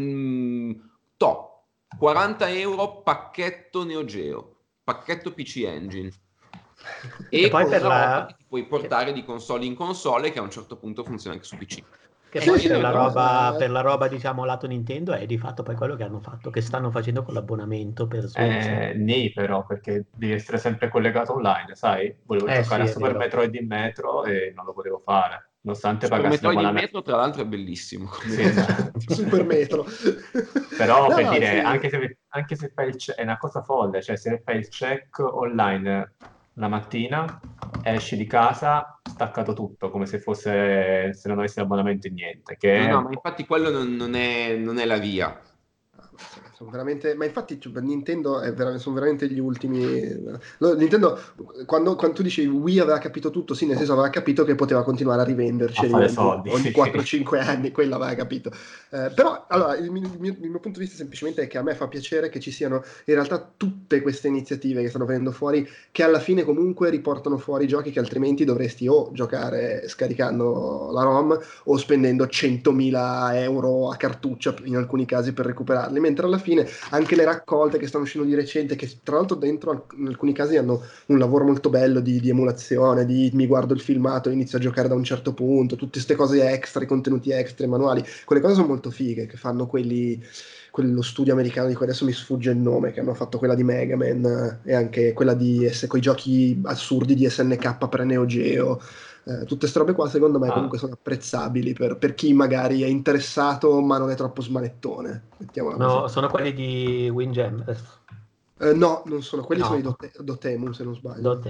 top, 40 euro pacchetto Neo Geo, pacchetto PC Engine, Che e poi con per una roba che la, ti puoi portare di console in console, che a un certo punto funziona anche su PC. che Sì, poi sì, no, per la roba, diciamo, lato Nintendo è di fatto poi quello che hanno fatto, che stanno facendo con l'abbonamento per Switch. Nei però, perché devi essere sempre collegato online, sai? Volevo giocare Sì, a è Super vero. Metroid in metro e non lo potevo fare, nonostante Super pagassi Metroid in l'abbonamento. metro, tra l'altro, è bellissimo Sì, esatto. Super Metro. Però No, per no, dire, sì. anche se fai è una cosa folle, cioè se fai il check online la mattina, esci di casa, staccato tutto, come se fosse, se non avessi l'abbonamento in niente, che No, è no, un ma po'... infatti quello non è la via. Sono veramente, ma infatti cioè, Nintendo sono veramente gli ultimi. Nintendo, quando tu dici Wii aveva capito tutto, sì, nel senso aveva capito che poteva continuare a a rivenderceli fare soldi, ogni sì. 4-5 anni, quello aveva capito. Però allora, il mio punto di vista semplicemente è che a me fa piacere che ci siano in realtà tutte queste iniziative che stanno venendo fuori, che alla fine comunque riportano fuori giochi che altrimenti dovresti o giocare scaricando la ROM o spendendo 100.000 euro a cartuccia in alcuni casi per recuperarli, mentre alla fine anche le raccolte che stanno uscendo di recente, che tra l'altro dentro in alcuni casi hanno un lavoro molto bello di emulazione, di mi guardo il filmato e inizio a giocare da un certo punto, tutte queste cose extra, i contenuti extra, i manuali, quelle cose sono molto fighe che fanno quello studio americano di cui adesso mi sfugge il nome, che hanno fatto quella di Mega Man e anche quella di quei giochi assurdi di SNK per Neo Geo. Tutte queste robe qua secondo me Ah, comunque sono apprezzabili per chi magari è interessato ma non è troppo smanettone, mettiamola così. No, sono quelli di Windjammer. No, non sono, quelli sono i No, Dotemu se non sbaglio. Dotemu.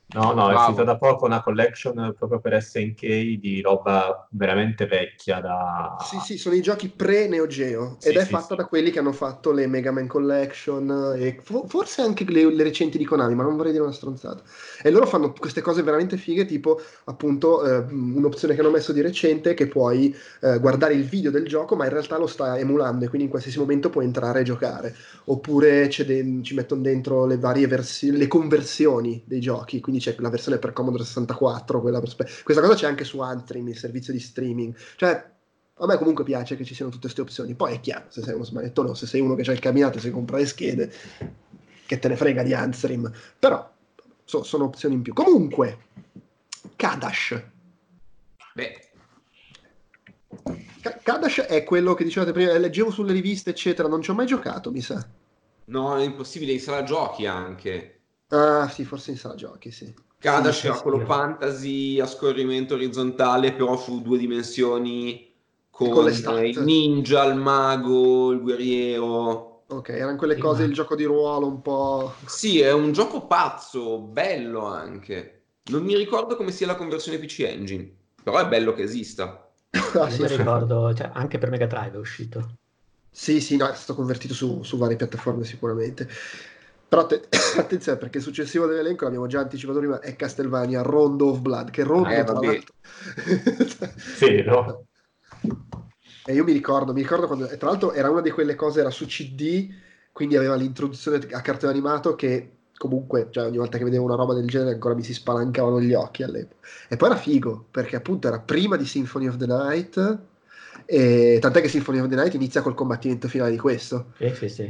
No, è Bravo. uscita da poco una collection proprio per SNK di roba veramente vecchia da... Sì, sono i giochi pre-Neo Geo ed Sì, è sì, fatta sì. da quelli che hanno fatto le Mega Man Collection e forse anche le recenti di Konami, ma non vorrei dire una stronzata. E loro fanno queste cose veramente fighe, tipo appunto un'opzione che hanno messo di recente che puoi guardare il video del gioco, ma in realtà lo sta emulando e quindi in qualsiasi momento puoi entrare e giocare. Oppure ci mettono dentro le varie versioni, le conversioni dei giochi, quindi c'è la versione per Commodore 64, questa cosa c'è anche su Antrim, il servizio di streaming. Cioè, a me comunque piace che ci siano tutte queste opzioni. Poi è chiaro, se sei uno smanettone o se sei uno che c'ha il cabinato e si compra le schede, che te ne frega di Antrim. Però sono opzioni in più. Comunque, Kadash. Beh, Kadash è quello che dicevate prima, leggevo sulle riviste, eccetera. Non ci ho mai giocato, mi sa. no, è impossibile, in sala giochi anche. Ah, sì, forse in sala giochi, sì. Sì, Kadash sì, era quello sì. fantasy a scorrimento orizzontale, però su 2 dimensioni, con le con il stat. ninja, il mago, il guerriero. Ok, erano quelle Sì, cose, ma il gioco di ruolo un po'... Sì, è un gioco pazzo, bello anche. Non mi ricordo come sia la conversione PC Engine, però è bello che esista. Ah, io sì, mi assolutamente. ricordo, cioè, anche per Mega Drive è uscito. Sì, no, è stato convertito su varie piattaforme sicuramente. Però attenzione, perché il successivo dell'elenco, l'abbiamo già anticipato prima, è Castlevania Rondo of Blood, che Rondo, tra Vabbè. l'altro... Vero? E io mi ricordo quando, e tra l'altro era una di quelle cose, era su CD, quindi aveva l'introduzione a cartone animato che comunque, cioè, ogni volta che vedevo una roba del genere ancora mi si spalancavano gli occhi all'epoca. E poi era figo, perché appunto era prima di Symphony of the Night, e tant'è che Symphony of the Night inizia col combattimento finale di questo. Sì, sì, sì.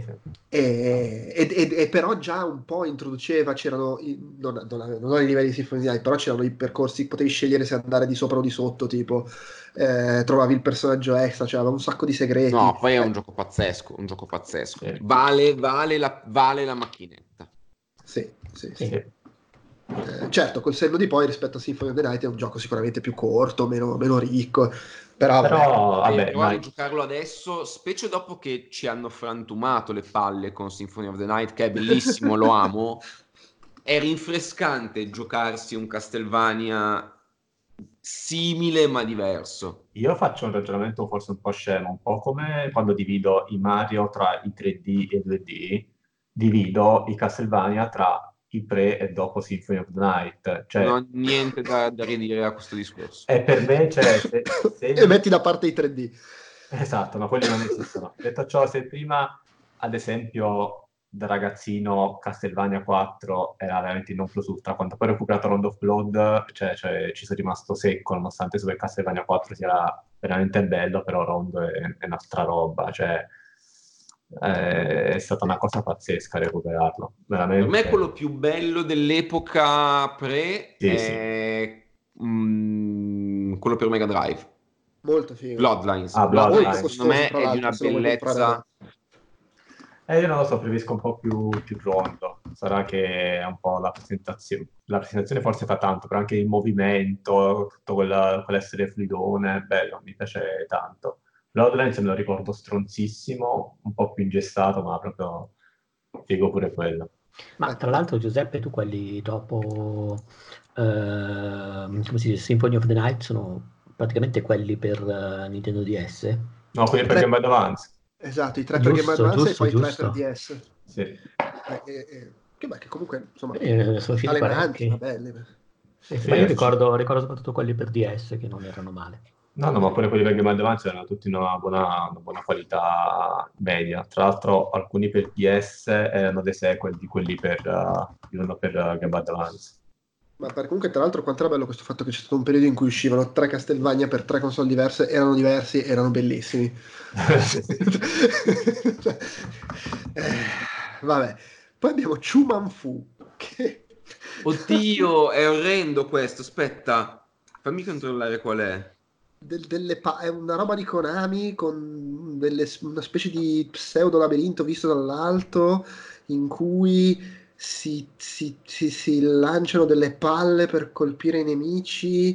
E però già un po' introduceva, c'erano, non ai livelli di Symphony of the Night, però c'erano i percorsi, potevi scegliere se andare di sopra o di sotto, tipo trovavi il personaggio extra, c'era un sacco di segreti. No, poi è un gioco pazzesco, un gioco pazzesco. Sì. Vale la macchinetta. Sì, sì, sì. Sì. Certo, col senno di poi rispetto a Symphony of the Night è un gioco sicuramente più corto, meno ricco, però vabbè. Però, vabbè, Però rigiocarlo adesso, specie dopo che ci hanno frantumato le palle con Symphony of the Night, che è bellissimo, lo amo, è rinfrescante giocarsi un Castlevania simile ma diverso. io faccio un ragionamento forse un po' scemo, un po' come quando divido i Mario tra i 3D e i 2D, divido i Castlevania tra i pre e dopo Symphony of the Night. Non Cioè, ho niente da ridire a questo discorso. e per me, cioè, se E metti da parte i 3D. Esatto, ma quelli non esistono. Detto ciò, se prima, ad esempio, da ragazzino Castlevania 4 era veramente il non plus ultra, quando poi ho recuperato Round of Blood, cioè, ci sono rimasto secco, nonostante Super Castlevania 4 sia veramente bello, però Rondo è un'altra roba, cioè è stata una cosa pazzesca recuperarlo, Per me veramente. quello più bello dell'epoca pre Sì, sì. è quello per Mega Drive. Molto figo. Bloodlines. Ah, Molto Bloodlines, Bloodlines. secondo costoso, me, tra è di l'altro, una se lo vuoi comprare bellezza. dopo. Io non lo so, preferisco un po' più rondo. Sarà che è un po' la presentazione. La presentazione forse fa tanto, però anche il movimento, tutto quell'essere fluidone, è bello, mi piace tanto. Bloodlines me lo ricordo stronzissimo, un po' più ingessato, ma proprio figo pure quello. Ma tra l'altro, Giuseppe, tu quelli dopo, come si dice, Symphony of the Night sono praticamente quelli per Nintendo DS? No, quelli I per tre, Game Boy Advance. esatto, i tre per Game Boy Giusto, Advance e giusto, poi i tre per giusto. DS. Sì. Che comunque, insomma, Sono usciti allenanti, ma parecchi. belli. Sì, sì, Sì, ma io sì. ricordo soprattutto quelli per DS che non erano male. No, ma pure quelli per Game Boy Advance erano tutti una buona qualità media. Tra l'altro alcuni per DS erano dei sequel di quelli per Game Boy Advance. Ma comunque, tra l'altro, quanto era bello questo fatto che c'è stato un periodo in cui uscivano tre Castlevania per tre console diverse, erano diversi, erano bellissimi. Sì, sì. Cioè, eh, vabbè. Poi abbiamo Chuman Fu, che... Oddio, è orrendo questo. Aspetta, fammi controllare qual è. è una roba di Konami con una specie di pseudo labirinto visto dall'alto in cui si lanciano delle palle per colpire i nemici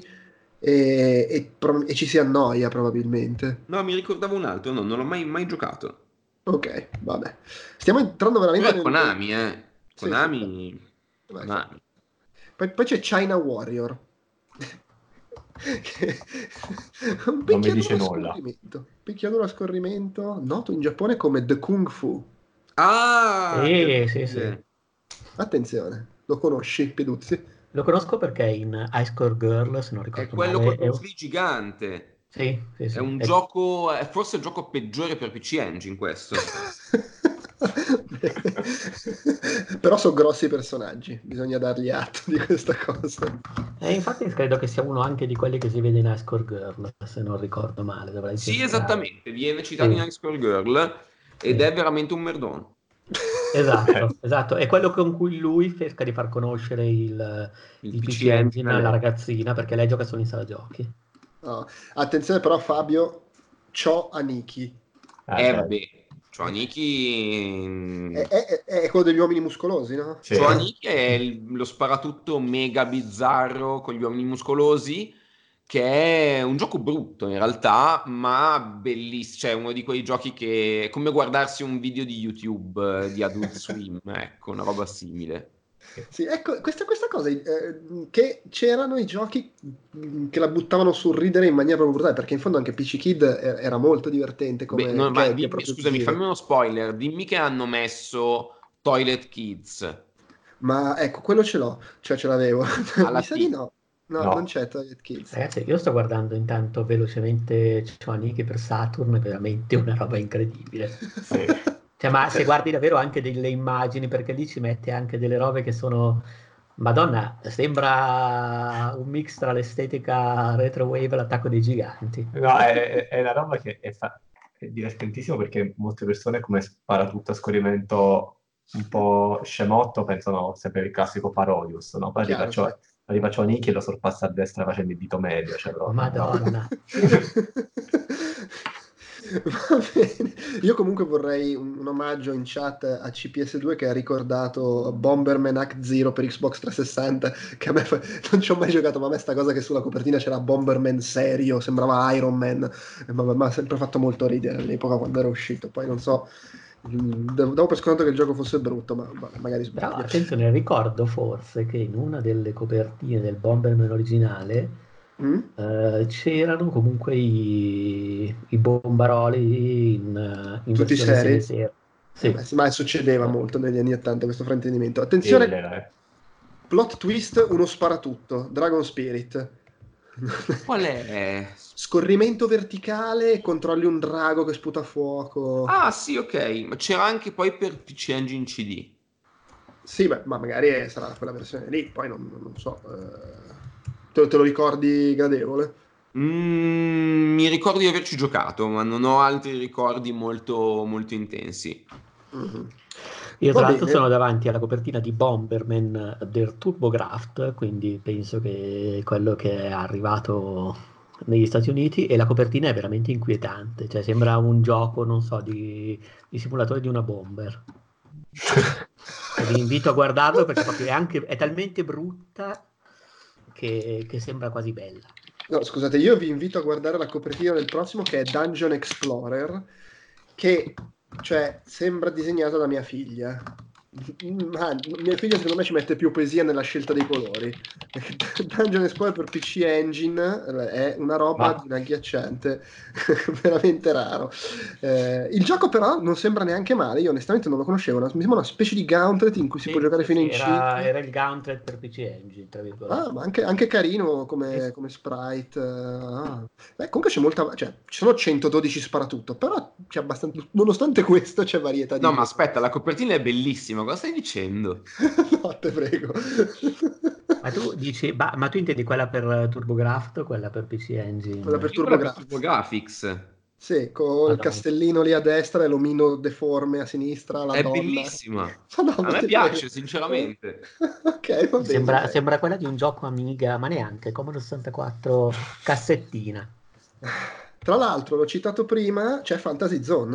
e ci si annoia probabilmente. No, mi ricordavo un altro. No, non l'ho mai giocato. Ok, vabbè. Stiamo entrando Però veramente è Konami, Sì, sì, beh. Konami. Beh, Konami. Poi c'è China Warrior. Che- un Non mi dice picchiaduro a nulla. scorrimento. Picchiaduro a scorrimento, noto in Giappone come The Kung Fu. Ah, Sì, sì. grande. Attenzione, lo conosci, Peduzzi? Lo conosco perché in High Score Girl, se non È ricordo quello male, col Bruce Lee gigante. sì, sì, È sì. un gioco, è forse il gioco peggiore per PC Engine questo. Però sono grossi personaggi, bisogna dargli atto di questa cosa. E infatti credo che sia uno anche di quelli che si vede in High Score Girl, se non ricordo male, dovrei Sì, cercare. esattamente, viene citato Sì, in High Score Girl ed sì. è veramente un merdone. Esatto, esatto. È quello con cui lui cerca di far conoscere Il il PC PC Engine Engine a alla lei. ragazzina, perché lei gioca solo in sala giochi. No. Attenzione però Fabio, Cho Aniki. Certo. Beh, cioè Aniki... È quello degli uomini muscolosi, no? Sì. Cioè Aniki è lo sparatutto mega bizzarro con gli uomini muscolosi, che è un gioco brutto in realtà, ma bellissimo. Cioè, uno di quei giochi che è come guardarsi un video di YouTube di Adult Swim, ecco, una roba simile. Sì, ecco, questa cosa, che c'erano i giochi che la buttavano sul ridere in maniera proprio brutale, perché in fondo anche PC Kid era molto divertente Beh, come ma gag proprio scusami, visivo. fammi uno spoiler. Dimmi che hanno messo Toilet Kids Ma ecco, quello ce l'ho, cioè ce l'avevo. alla Mi sa di T. no. No, non No. c'è Toilet Kids. Ragazzi, io sto guardando intanto velocemente Sonic per Saturn, è veramente una roba incredibile. Sì. Cioè, ma se guardi davvero anche delle immagini, perché lì ci mette anche delle robe che sono... Madonna, sembra un mix tra l'estetica retrowave e l'attacco dei giganti. No, è una roba che è divertentissimo perché molte persone come spara tutto a scorrimento un po' scemotto pensano sempre il classico Parodius, no? Poi Chiaro, sì. arriva Cionichi e lo sorpassa a destra facendo il dito medio, cioè proprio, no? Madonna. Va bene. Io comunque vorrei un omaggio in chat a CPS2 che ha ricordato Bomberman Act Zero per Xbox 360, che a me non ci ho mai giocato, ma a me sta cosa che sulla copertina c'era Bomberman serio, sembrava Iron Man, mi ha sempre fatto molto ridere all'epoca quando era uscito. Poi non so, davo per scontato che il gioco fosse brutto, ma magari Però sbaglio. attenzione, ricordo forse che in una delle copertine del Bomberman originale Mm? c'erano comunque i bombaroli in Tutti versione seri? serie. Sì. Beh, sì, ma succedeva molto negli anni 80 questo fraintendimento. Sì, Attenzione, plot twist, uno sparatutto, Dragon Spirit. Qual è? Scorrimento verticale, controlli un drago che sputa fuoco. Ah, sì, ok, ma c'era anche poi per PC Engine CD. Sì, ma magari sarà quella versione lì, poi non so. Te lo ricordi gradevole? Mi ricordo di averci giocato, ma non ho altri ricordi molto, molto intensi. Mhm. Io Va tra l'altro bene. sono davanti alla copertina di Bomberman del TurboGrafx, quindi penso che è quello che è arrivato negli Stati Uniti e la copertina è veramente inquietante, cioè sembra un gioco, non so, di simulatore di una bomber. Cioè, vi invito a guardarlo perché proprio è talmente brutta che sembra quasi bella. No, scusate, io vi invito a guardare la copertina del prossimo che è Dungeon Explorer, che cioè sembra disegnata da mia figlia. Ma mia figlia secondo me ci mette più poesia nella scelta dei colori. Dungeon Explorer per PC Engine è una roba di un agghiacciante veramente raro. Il gioco però non sembra neanche male, io onestamente non lo conoscevo, mi sembra una specie di Gauntlet in cui si può giocare fino in 5. Era il Gauntlet per PC Engine, tra virgolette. Ah, ma anche carino come sprite. Beh, comunque c'è molta. Cioè, ci sono 112 sparatutto, però c'è abbastanza. Nonostante questo, c'è varietà di No, ma giochi. aspetta, la copertina è bellissima, cosa stai dicendo? No, te prego. Ma tu dici, ma tu intendi quella per TurboGrafx o quella per PC Engine? Quella per Io quella per TurboGrafx. TurboGrafx. Sì, con il Madonna. castellino lì a destra e l'omino deforme a sinistra, la È donna. bellissima. Ma no, A ma me te piace, prego. sinceramente. Ok, va bene. dai. Sembra quella di un gioco Amiga, ma neanche, Commodore 64 cassettina. Tra l'altro, l'ho citato prima, c'è Fantasy Zone,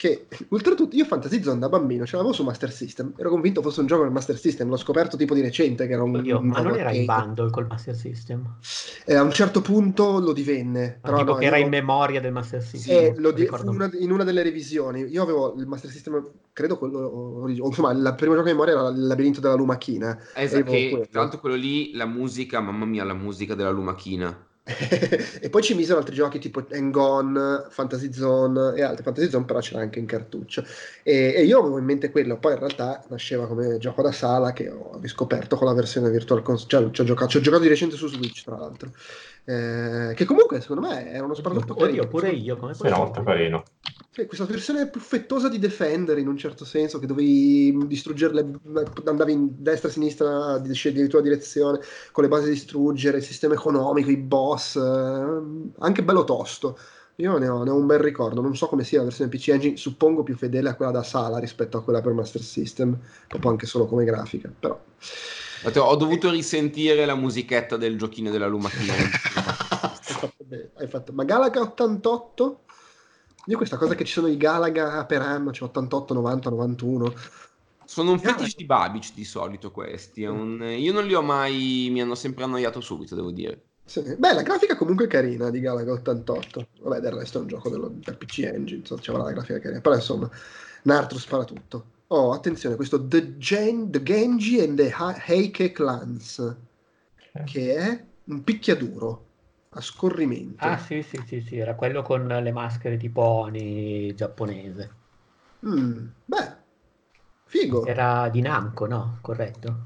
che oltretutto io Fantasy Zone da bambino ce l'avevo su Master System, ero convinto fosse un gioco per Master System, l'ho scoperto tipo di recente che era un Oddio, ma non gioco era in arcade. bundle col Master System? E a un certo punto lo divenne, Ma però tipo no, che io era in memoria del Master Sì, System, fu ricordo. in una delle revisioni. Io avevo il Master System, credo quello, o insomma, il primo gioco in memoria era il labirinto della lumachina. E io avevo che tra quello. l'altro quello lì, la musica, mamma mia, la musica della lumachina. E poi ci misero altri giochi tipo Hang On, Fantasy Zone e altri. Fantasy Zone però c'era anche in cartuccio. E io avevo in mente quello, poi in realtà nasceva come gioco da sala che ho riscoperto con la versione Virtual Console. Cioè, ci ho giocato di recente su Switch, tra l'altro. Che comunque secondo me era uno sparatutto carino. Oddio, pure io, come Sì, era posso molto dire? carino. Sì, questa versione più fettosa di Defender in un certo senso, che dovevi distruggere andavi in destra e sinistra, scegli la tua direzione, con le basi da distruggere, il sistema economico, i boss, anche bello tosto. Io ne ho un bel ricordo, non so come sia la versione PC Engine, suppongo più fedele a quella da sala rispetto a quella per Master System, proprio anche solo come grafica, però... Ho dovuto risentire la musichetta del giochino della lumachina. Hai fatto bene, hai fatto. Ma Galaga 88? Io questa cosa che ci sono i Galaga per anno, c'è 88, 90, 91. Sono un Galaga. fetish di Babic di solito questi. Io non li ho mai, mi hanno sempre annoiato subito, devo dire. Sì. Beh, la grafica comunque è carina di Galaga 88. Vabbè, del resto è un gioco per PC Engine, insomma, c'è la grafica carina. Però insomma, Nartro spara tutto. Oh, attenzione, questo The Genji and the Heike Clans, che è un picchiaduro a scorrimento. Ah, sì, era quello con le maschere tipo Oni giapponese. Beh, figo. Era di Namco, no? Corretto?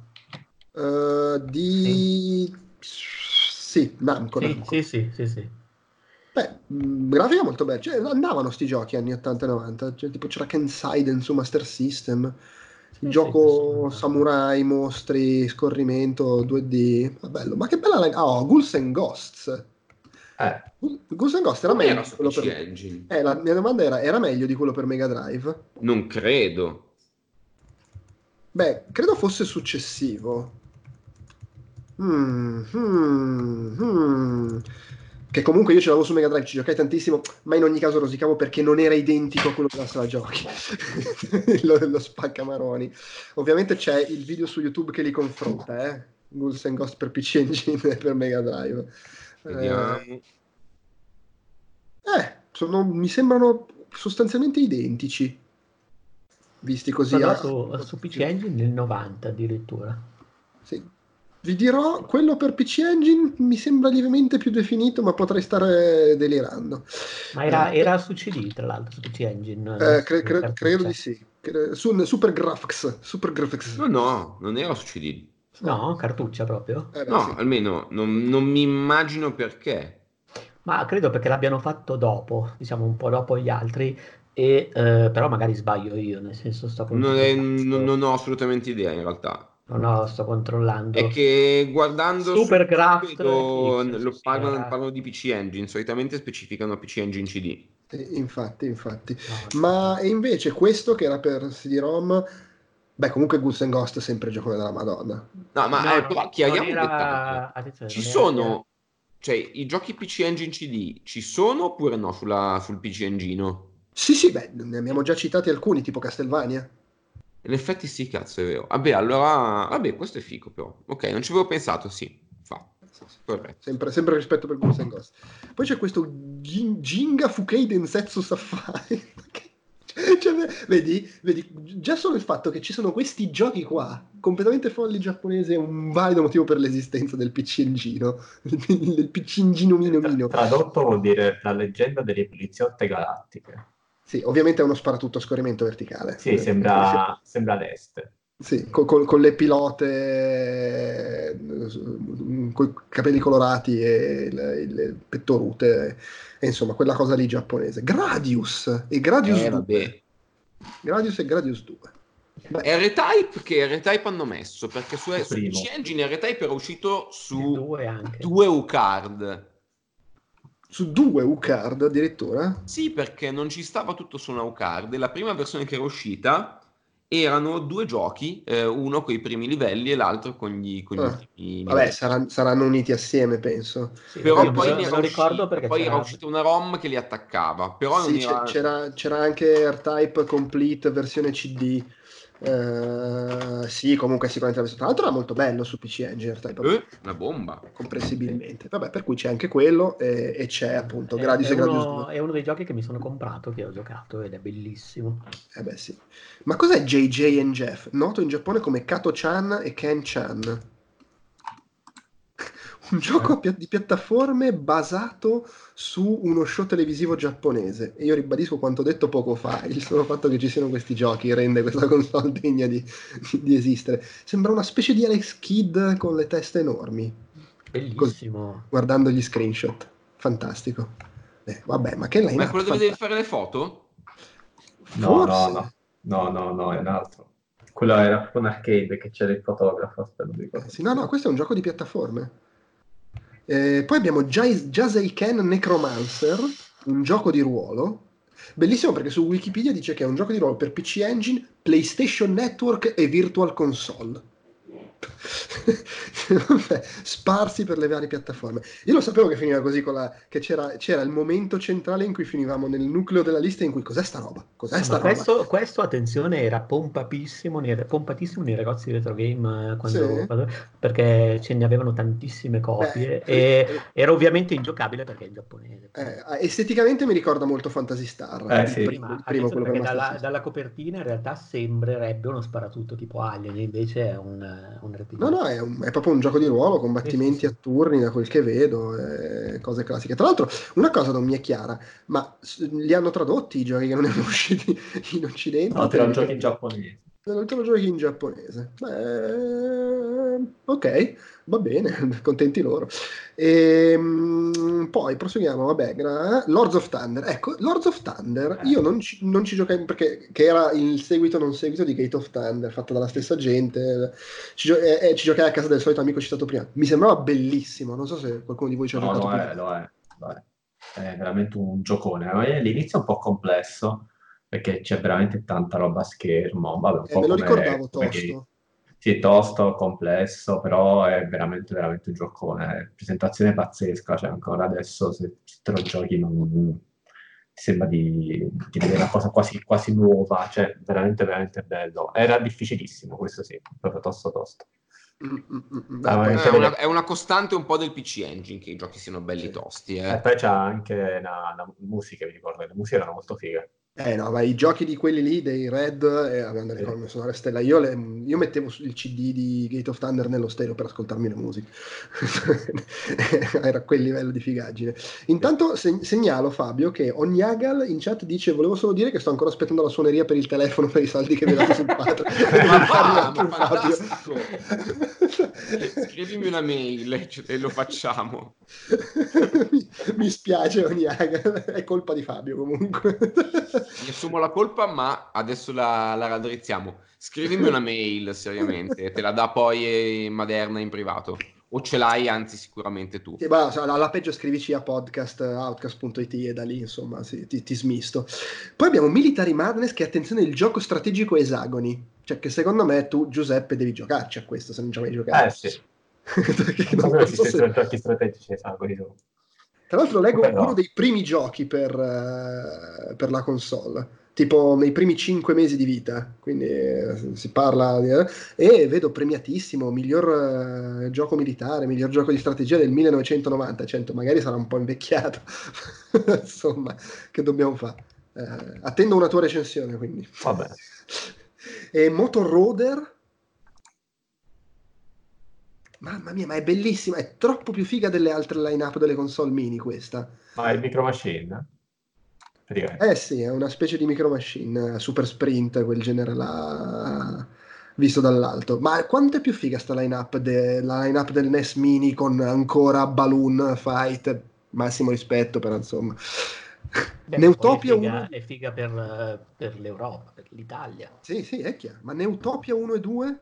Sì, Sì, Namco. sì. Beh, grafica molto bella. Cioè, andavano sti giochi anni 80 e 90. Cioè, tipo c'era Kensaiden su Master System. Il Sì, gioco questo- samurai, mostri, scorrimento 2D. Ma bello. Ma che bella la... Oh, Ghouls and Ghosts. Eh, Ghouls and Ghosts era Come meglio era di su quello PC per... Engine? La mia domanda era meglio di quello per Mega Drive? Non credo. Beh, credo fosse successivo. Mm, mm, mm. Che comunque io ce l'avevo su Mega Drive, ci giocai tantissimo, ma in ogni caso rosicavo perché non era identico a quello della sala giochi. lo spaccamaroni. Ovviamente c'è il video su YouTube che li confronta, Ghouls and Ghost per PC Engine e per Mega Drive. Vediamo. Mi sembrano sostanzialmente identici, visti così. Sono su PC Engine nel 90 addirittura. Sì. Vi dirò, quello per PC Engine mi sembra lievemente più definito, ma potrei stare delirando. Ma era su CD, tra l'altro, su PC Engine. Non su Credo cartuccia. di sì. Su Super Graphics. No, non era su CD. No, cartuccia proprio. Beh, sì. No, almeno non mi immagino perché. Ma credo perché l'abbiano fatto dopo, diciamo un po' dopo gli altri, però magari sbaglio io, nel senso sto controllando. Non ho assolutamente idea in realtà. No, sto È controllando. che guardando su Super Graft vedo, X, sì, parlano di PC Engine, solitamente specificano PC Engine CD. Infatti. No, Ma e invece questo che era per CD-ROM, beh, comunque Ghouls and Ghost è sempre giocone della Madonna. No, ma no, però non chiariamo un dettaglio. era, attenzione, Ci non era, sono, cioè, i giochi PC Engine CD ci sono oppure no sul PC Engine? Sì, beh, ne abbiamo già citati alcuni, tipo Castlevania. In effetti sì, cazzo, è vero. Vabbè, allora, vabbè, questo è figo però. Ok, non ci avevo pensato, sì, fa. Corretto. Sempre rispetto per Ghouls and Ghost. Poi c'è questo Ginga Fukei Densetsu Safari. Cioè, vedi, già solo il fatto che ci sono questi giochi qua, completamente folli giapponesi, è un valido motivo per l'esistenza del PC Engino. Del PC Engino mino. tradotto vuol dire la leggenda delle poliziotte galattiche. Sì, ovviamente è uno sparatutto a scorrimento verticale. Sì, sembra l'est. Sì, con le pilote, con i capelli colorati e le pettorute, e insomma, quella cosa lì giapponese. Gradius e Gradius 2. Vabbè. Gradius e Gradius 2. Beh, R-Type, che R-Type hanno messo? Perché su primo. PC Engine R-Type era uscito il su 2 anche. 2 U-Card. su 2 U-Card addirittura? Sì, perché non ci stava tutto su una U-Card. E la prima versione che era uscita erano 2 giochi, uno con i primi livelli e l'altro con gli ultimi Vabbè, livelli. saranno uniti assieme, penso. Sì, Però io poi me lo ricordo perché poi era c'era... uscita una ROM che li attaccava, però non Sì, era... c'era anche R-Type Complete versione CD. Sì, comunque sicuramente tra l'altro era molto bello su PC Engine R-Type, una bomba. comprensibilmente. Vabbè, per cui c'è anche quello e c'è appunto Gradius È e Gradius 2. è uno dei giochi che mi sono comprato, che ho giocato ed è bellissimo. Eh beh, sì. Ma cos'è JJ and Jeff? Noto in Giappone come Kato-chan e Ken-chan. Un gioco di piattaforme basato su uno show televisivo giapponese. E io ribadisco quanto detto poco fa: il solo fatto che ci siano questi giochi rende questa console degna di esistere. Sembra una specie di Alex Kidd con le teste enormi. Bellissimo. Guardando gli screenshot. Fantastico. Vabbè, ma che Ma è line-up quello dove devi fantastico. fare le foto? Forse. No, è un altro. Quello era proprio un arcade che c'era il fotografo, aspetta, non mi ricordo. Sì, no, questo è un gioco di piattaforme. Poi abbiamo Jazeiken Necromancer, un gioco di ruolo. Bellissimo perché su Wikipedia dice che è un gioco di ruolo per PC Engine, PlayStation Network e Virtual Console. Vabbè, sparsi per le varie piattaforme. Io lo sapevo che finiva così che c'era il momento centrale in cui finivamo nel nucleo della lista in cui cos'è sta roba? Cos'è sta Ma roba? questo, attenzione, era pompatissimo nei negozi retro game Sì. perché ce ne avevano tantissime copie e era ovviamente ingiocabile perché è in giapponese. Esteticamente mi ricorda molto Phantasy Star, sì. il primo, Ma quello attenzione per perché Master System. dalla copertina in realtà sembrerebbe uno sparatutto tipo Alien, invece è un RPG. No, è proprio un gioco di ruolo, combattimenti Sì. a turni, da quel che vedo, cose classiche. Tra l'altro, una cosa non mi è chiara, ma li hanno tradotti i giochi che non erano usciti in Occidente? No, Te te li lo giochi ricordi? in giapponese. Non te lo giochi in giapponese. Ok, va bene, contenti loro. Poi proseguiamo, vabbè, Lords of Thunder. Ecco, Lords of Thunder, io non ci giocai perché che era il seguito non seguito di Gate of Thunder, fatto dalla stessa gente. Ci giocai a casa del solito amico citato prima. Mi sembrava bellissimo, non so se qualcuno di voi ci ha No, giocato prima. lo è. È veramente un giocone. All'inizio è un po' complesso, perché c'è veramente tanta roba a schermo. Vabbè, un po' Me lo come ricordavo che tosto. sì, è tosto, complesso, però è veramente, veramente un giocone. Presentazione pazzesca, cioè ancora adesso se te lo giochi non ti sembra di vedere una cosa quasi nuova, cioè veramente, veramente bello. Era difficilissimo, questo sì, proprio tosto. Beh, poi Veramente È una costante un po' del PC Engine che i giochi siano belli sì. tosti. E poi c'ha anche una musica, mi ricordo, le musiche erano molto fighe. No, ma i giochi di quelli lì, dei Red, avevano delle colonne sonore stella. Io mettevo il CD di Gate of Thunder nello stereo per ascoltarmi le musiche. Era quel livello di figaggine. Intanto segnalo, Fabio, che Onyagal in chat dice: volevo solo dire che sto ancora aspettando la suoneria per il telefono per i soldi che vi ho dato sul Patreon. Ma fantastico! Scrivimi una mail e lo facciamo. Mi spiace, Onyagal, è colpa di Fabio comunque. Mi assumo la colpa, ma adesso la raddrizziamo. Scrivimi una mail, seriamente, te la dà poi Maderna in privato. O ce l'hai, anzi, sicuramente tu. Sì, alla peggio scrivici a podcast.outcast.it e da lì, insomma, sì, ti smisto. Poi abbiamo Military Madness, che attenzione, il gioco strategico esagoni. Cioè, che secondo me tu, Giuseppe, devi giocarci a questo, se non ci hai mai giocato. Sì. Perché Non non so se so ci sono giochi strategici esagoni. Tra l'altro leggo Però uno dei primi giochi per la console, tipo nei primi 5 mesi di vita, quindi si parla e vedo premiatissimo, miglior gioco militare, miglior gioco di strategia del 1990, 100, magari sarà un po' invecchiato, insomma, che dobbiamo fare? Attendo una tua recensione, quindi. vabbè. E Motor Roader, mamma mia, ma è bellissima, è troppo più figa delle altre line-up delle console mini questa. Ma è il Micro Machine? Sì, è una specie di Micro Machine, Super Sprint, quel genere là, visto dall'alto. Ma quanto è più figa sta line-up, la line-up del NES Mini con ancora Balloon Fight, massimo rispetto, però insomma. Beh, Neutopia poi 1... è figa per l'Europa, per l'Italia. Sì, è chiaro, ma Neutopia 1 e 2?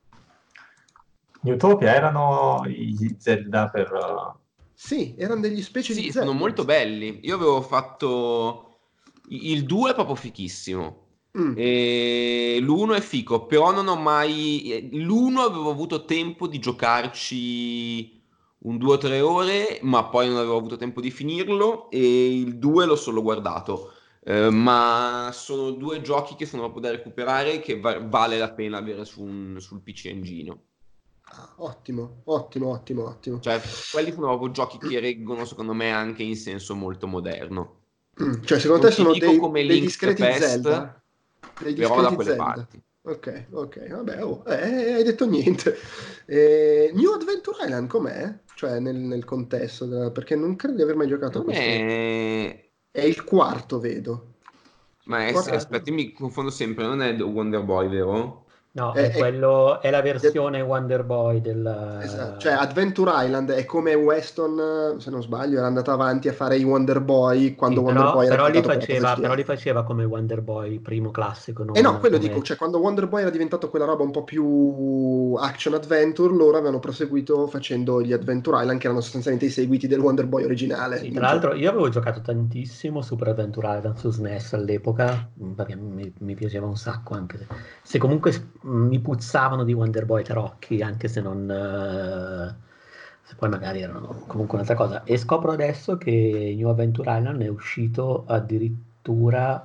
Utopia erano i Zelda per... Sì, erano degli specie di Sì, sono Zelda. molto belli. Io avevo fatto... Il 2 è proprio fichissimo. E l'1 è fico, però non ho mai... L'1 avevo avuto tempo di giocarci un 2 o 3 ore, ma poi non avevo avuto tempo di finirlo, e il 2 l'ho solo guardato. Ma sono due giochi che sono proprio da recuperare, che vale la pena avere sul PC Engine. Ottimo, ottimo, ottimo, ottimo. Cioè, quelli sono proprio giochi che reggono, secondo me, anche in senso molto moderno. Cioè, secondo Non te ti sono dico come dei Link's discreti Pest, Zelda? Dei però da discreti quelle Zelda. parti. Ok, vabbè, hai detto niente. New Adventure Island com'è? Cioè, nel contesto, perché non credo di aver mai giocato a Non questo. è... È il quarto, vedo. Ma Quarto- aspetta, io mi confondo sempre, non è The Wonder Boy, vero? No, è- è- è la versione Wonder Boy Esatto. Cioè, del... Adventure Island è come Weston, se non sbaglio, era andato avanti a fare i Wonder Boy quando Sì, Wonder Boy era però diventato quella cosa però li gigante. faceva come Wonder Boy primo classico, E no, non quello dico, come... cioè quando Wonder Boy era diventato quella roba un po' più action adventure, loro avevano proseguito facendo gli Adventure Island, che erano sostanzialmente i seguiti del Wonder Boy originale. Sì, in tra l'altro gioco. io avevo giocato tantissimo Super Adventure Island su SNES all'epoca, perché mi piaceva un sacco, anche se comunque mi puzzavano di Wonder Boy tarocchi, anche se non... se poi magari erano comunque un'altra cosa. E scopro adesso che New Adventure Island è uscito addirittura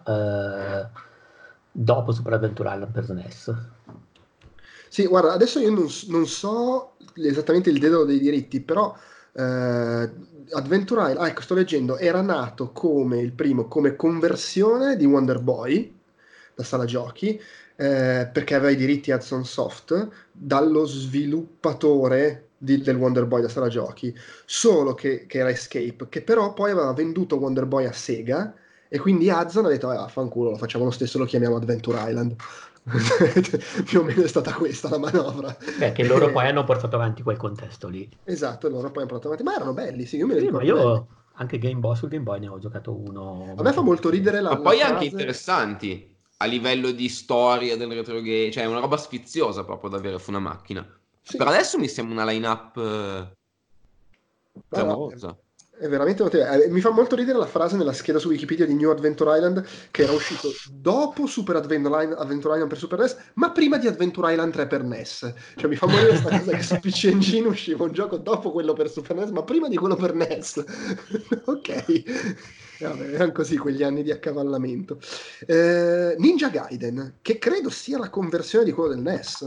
dopo Super Adventure Island per SNES. Sì, guarda, adesso io non so esattamente il dedo dei diritti, però Adventure Island, ecco, sto leggendo, era nato come il primo, come conversione di Wonder Boy, la sala giochi, perché aveva i diritti Hudson Soft, dallo sviluppatore del Wonder Boy da sala giochi, solo che era Escape, che però poi aveva venduto Wonder Boy a Sega, e quindi Hudson ha detto, vaffanculo, lo facciamo lo stesso, lo chiamiamo Adventure Island. Più o meno è stata questa la manovra. Perché loro poi hanno portato avanti quel contesto lì. Esatto, loro poi hanno portato avanti, ma erano belli, sì, io me li Sì, ma ricordo belli. io anche Game Boy, sul Game Boy ne ho giocato uno A me fa molto ridere Ma la poi anche frase. interessanti a livello di storia del retro game, cioè è una roba sfiziosa proprio da avere su una macchina. Sì, Per adesso mi sembra una line-up no, clamorosa. è veramente notevole. Mi fa molto ridere la frase nella scheda su Wikipedia di New Adventure Island che era uscito dopo Super Adventure Island per Super NES, ma prima di Adventure Island 3 per NES. Cioè mi fa morire questa cosa che su PC Engine usciva un gioco dopo quello per Super NES, ma prima di quello per NES. Ok. Vabbè, erano così quegli anni di accavallamento. Ninja Gaiden, che credo sia la conversione di quello del NES.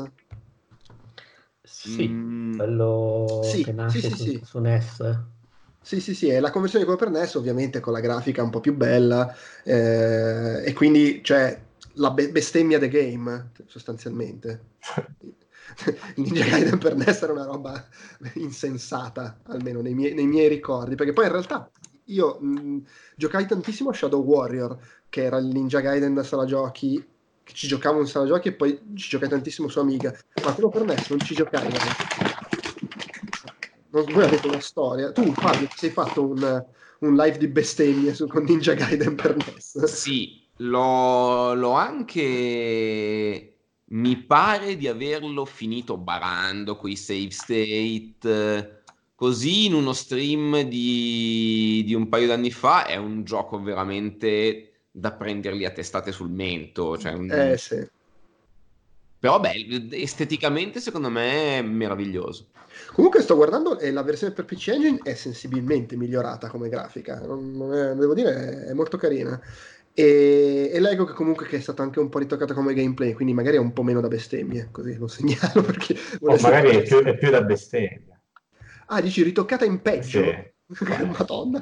Sì, Mm, quello che Sì, sì, nasce sì, sì. su NES. Sì, sì, sì, è la conversione di quello per NES, ovviamente con la grafica un po' più bella, e quindi c'è la bestemmia the game, sostanzialmente. Ninja Gaiden per NES era una roba insensata, almeno nei miei ricordi, perché poi in realtà io giocai tantissimo a Shadow Warrior, che era il Ninja Gaiden da sala giochi, che ci giocavo in sala giochi e poi ci giocai tantissimo su Amiga, ma quello per NES non ci giocai veramente. Voi avete una storia. Tu, Fabio, ti sei fatto un live di bestemmie con Ninja Gaiden per NES. sì, l'ho anche... Mi pare di averlo finito barando quei save state. Così in uno stream di un paio d'anni fa è un gioco veramente da prenderli a testate sul mento. Cioè Sì. Però beh, esteticamente secondo me è meraviglioso. Comunque sto guardando e la versione per PC Engine è sensibilmente migliorata come grafica. Devo dire, è molto carina. E leggo che comunque che è stata anche un po' ritoccata come gameplay, quindi magari è un po' meno da bestemmie, così lo segnalo perché vuole magari essere... è più da bestemmia. Ah, dici ritoccata in peggio? Sì. Madonna.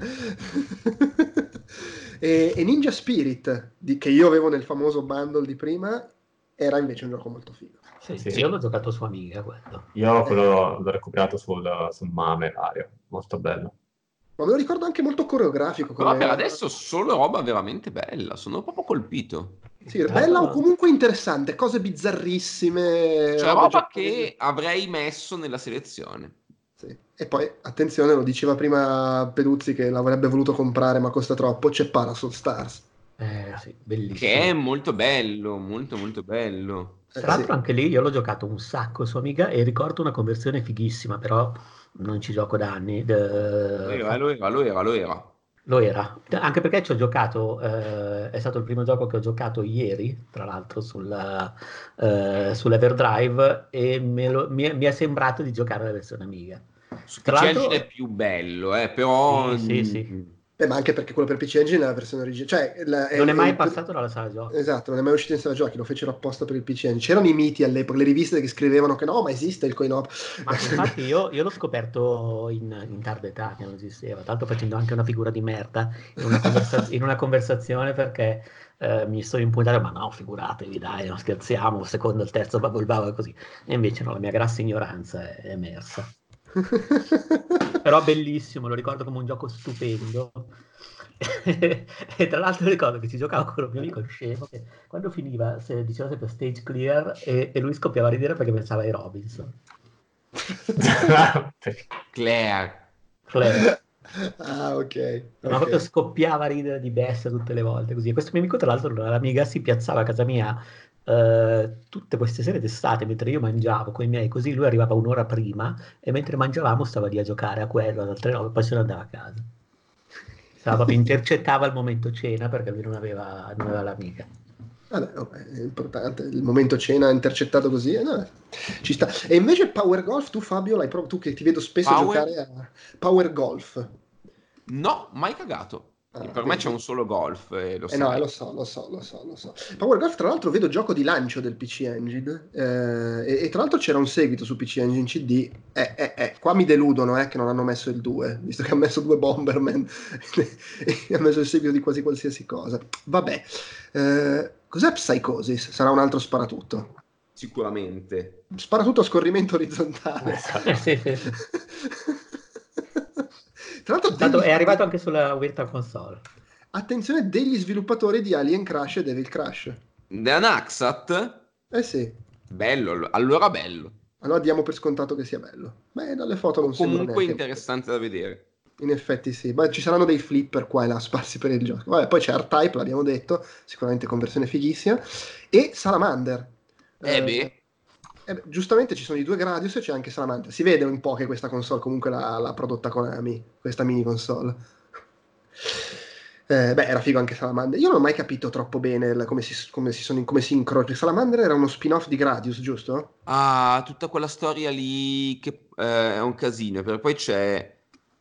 E Ninja Spirit, che io avevo nel famoso bundle di prima, era invece un gioco molto figo. Sì, Sì. io l'ho giocato su Amiga, quello. Io quello l'ho recuperato sul MAME vario, molto bello. Ma me lo ricordo anche molto coreografico. Però per Come... adesso solo roba veramente bella, sono proprio colpito. Sì, bella o comunque interessante, cose bizzarrissime, Cioè robe roba giapponesi. che avrei messo nella selezione. Sì. E poi, attenzione, lo diceva prima Peduzzi che l'avrebbe voluto comprare ma costa troppo, c'è Parasol Stars. Sì, Che è bellissimo. molto bello, molto molto bello. Tra Sì. l'altro anche lì io l'ho giocato un sacco su Amiga e ricordo una conversione fighissima, però non ci gioco da anni. Lo era. Lo era, anche perché ci ho giocato, è stato il primo gioco che ho giocato ieri, tra l'altro sull'Everdrive, e mi è sembrato di giocare la versione Amiga. Su Tra PC l'altro, Engine è più bello, però... sì, sì, sì. Ma anche perché quello per PC Engine è la versione originale, cioè Non è mai passato dalla sala giochi. esatto, non è mai uscito in sala giochi, lo fecero apposta per il PC Engine. C'erano i miti all'epoca, le riviste che scrivevano che no, ma esiste il coin-op. Ma infatti io l'ho scoperto in tarda età che non esisteva, tanto facendo anche una figura di merda in una conversazione perché mi sono impuntato, ma no, figuratevi, dai, non scherziamo, il secondo, il terzo, bubble bubble, così. E invece no, la mia grassa ignoranza è emersa. Però bellissimo, lo ricordo come un gioco stupendo. E tra l'altro ricordo che ci giocavo con un mio amico scemo che quando finiva diceva sempre stage clear e lui scoppiava a ridere perché pensava ai Robinson. Claire. Ah, ok. Ma proprio scoppiava a ridere di bestia tutte le volte così. E questo mio amico, tra l'altro, l'amiga si piazzava a casa mia tutte queste sere d'estate mentre io mangiavo con i miei, così lui arrivava un'ora prima e mentre mangiavamo stava lì a giocare a quello, ad altre robe, poi se ne andava a casa. Stava proprio intercettava il momento cena perché lui non aveva l'amica. Vabbè, è importante, il momento cena intercettato così, no, ci sta. E invece Power Golf, tu Fabio, l'hai proprio tu che ti vedo spesso giocare a Power Golf. No, mai cagato. Per me c'è un solo golf, lo sai. No, lo so. Power Golf, tra l'altro, vedo gioco di lancio del PC Engine, e tra l'altro c'era un seguito su PC Engine CD. Qua mi deludono, che non hanno messo il 2, visto che hanno messo 2 Bomberman e hanno messo il seguito di quasi qualsiasi cosa. Vabbè, cos'è Psychosis? Sarà un altro sparatutto? Sicuramente. Sparatutto a scorrimento orizzontale. Sì. Tra l'altro è arrivato anche sulla Virtual Console. Attenzione degli sviluppatori di Alien Crash e Devil Crash. The Anaxat? Sì. Bello, allora bello. Allora diamo per scontato che sia bello. Beh, dalle foto non sembra comunque neanche interessante da vedere. In effetti sì, ma ci saranno dei flipper qua e là sparsi per il gioco. Vabbè, poi c'è R-Type, l'abbiamo detto, sicuramente conversione fighissima. E Salamander. Giustamente ci sono i 2 Gradius e c'è anche Salamander. Si vede un po' che questa console comunque l'ha prodotta Konami, questa mini console. Era figo anche Salamander. Io non ho mai capito troppo bene come si incrocia. Salamander era uno spin-off di Gradius, giusto? Ah, tutta quella storia lì che è un casino. Poi c'è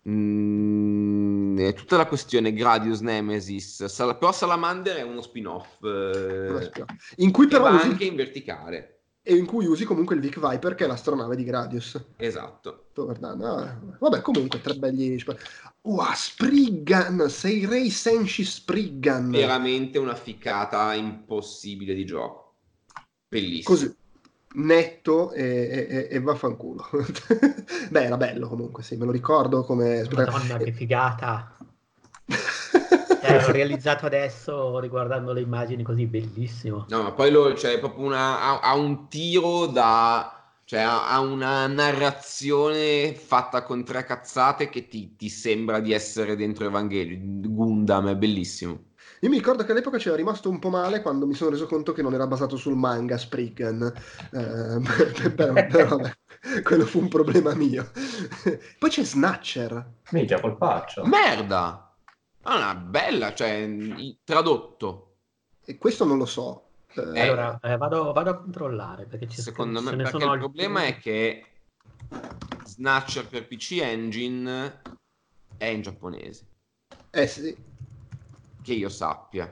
tutta la questione Gradius Nemesis. Però Salamander è uno spin-off. In cui però va anche in verticale. E in cui usi comunque il Vic Viper, che è l'astronave di Gradius. Esatto. Sto guardando. Vabbè, comunque, 3 belli... Spriggan! Seirei Senshi Spriggan! Veramente una ficcata impossibile di gioco. Bellissimo. Così, netto e vaffanculo. Beh, era bello comunque, sì, me lo ricordo come... Madonna, che figata! L'ho realizzato adesso riguardando le immagini, così bellissimo. No, ma poi c'è proprio ha un tiro cioè ha una narrazione fatta con 3 cazzate che ti sembra di essere dentro Evangelion. Gundam è bellissimo. Io mi ricordo che all'epoca c'era rimasto un po' male quando mi sono reso conto che non era basato sul manga Spriggan. Però vabbè, quello fu un problema mio. Poi c'è Snatcher. Minchia, col paccio. Merda! Una bella, cioè tradotto. E questo non lo so. Allora, vado a controllare perché secondo me, perché il problema è che Snatcher per PC Engine è in giapponese. Sì. Che io sappia.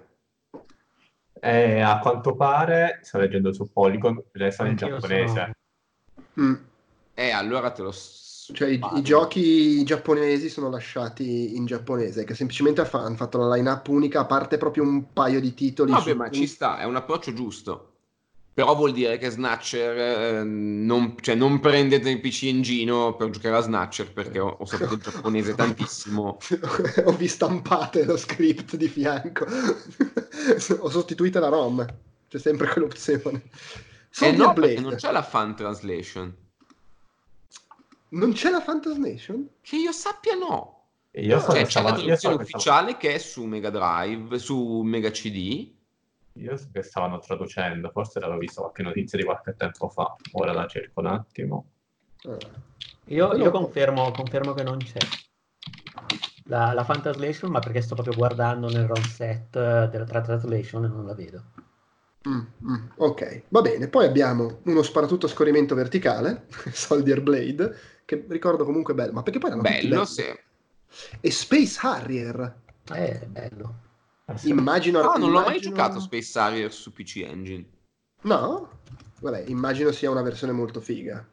A quanto pare, sto leggendo su Polygon, resta in giapponese. Allora te lo cioè i giochi giapponesi sono lasciati in giapponese, che semplicemente hanno fatto la line-up unica, a parte proprio un paio di titoli. Vabbè, ma ci sta, è un approccio giusto. Però vuol dire che Snatcher non prendete il PC in giro per giocare a Snatcher, perché ho saputo il giapponese tantissimo. Ho visto stampate lo script di fianco. Ho sostituito la ROM, c'è sempre quell'opzione. No, perché non c'è la fan translation. Non c'è la fan translation? Che io sappia no. C'è la traduzione ufficiale che è su Mega Drive, su Mega CD. Io so che stavano traducendo, forse l'avevo visto qualche notizia di qualche tempo fa, ora la cerco un attimo. Io confermo che non c'è. La fan translation, ma perché sto proprio guardando nel ROM set della translation e non la vedo. Ok, va bene. Poi abbiamo uno sparatutto a scorrimento verticale, Soldier Blade, che ricordo comunque bello, ma perché poi erano tutti Bello, belli. sì. E Space Harrier. Bello. Immagino, Non l'ho mai immagino... giocato Space Harrier su PC Engine. No? Vabbè, immagino sia una versione molto figa.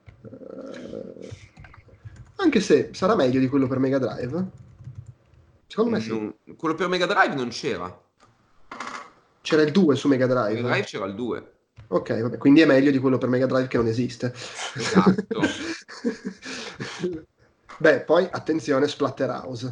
Anche se sarà meglio di quello per Mega Drive. Secondo me sì. Quello per Mega Drive non c'era. C'era il 2 su Mega Mega Drive. Drive c'era il 2. Ok, vabbè, quindi è meglio di quello per Mega Drive che non esiste. Esatto. Beh, poi attenzione, Splatterhouse.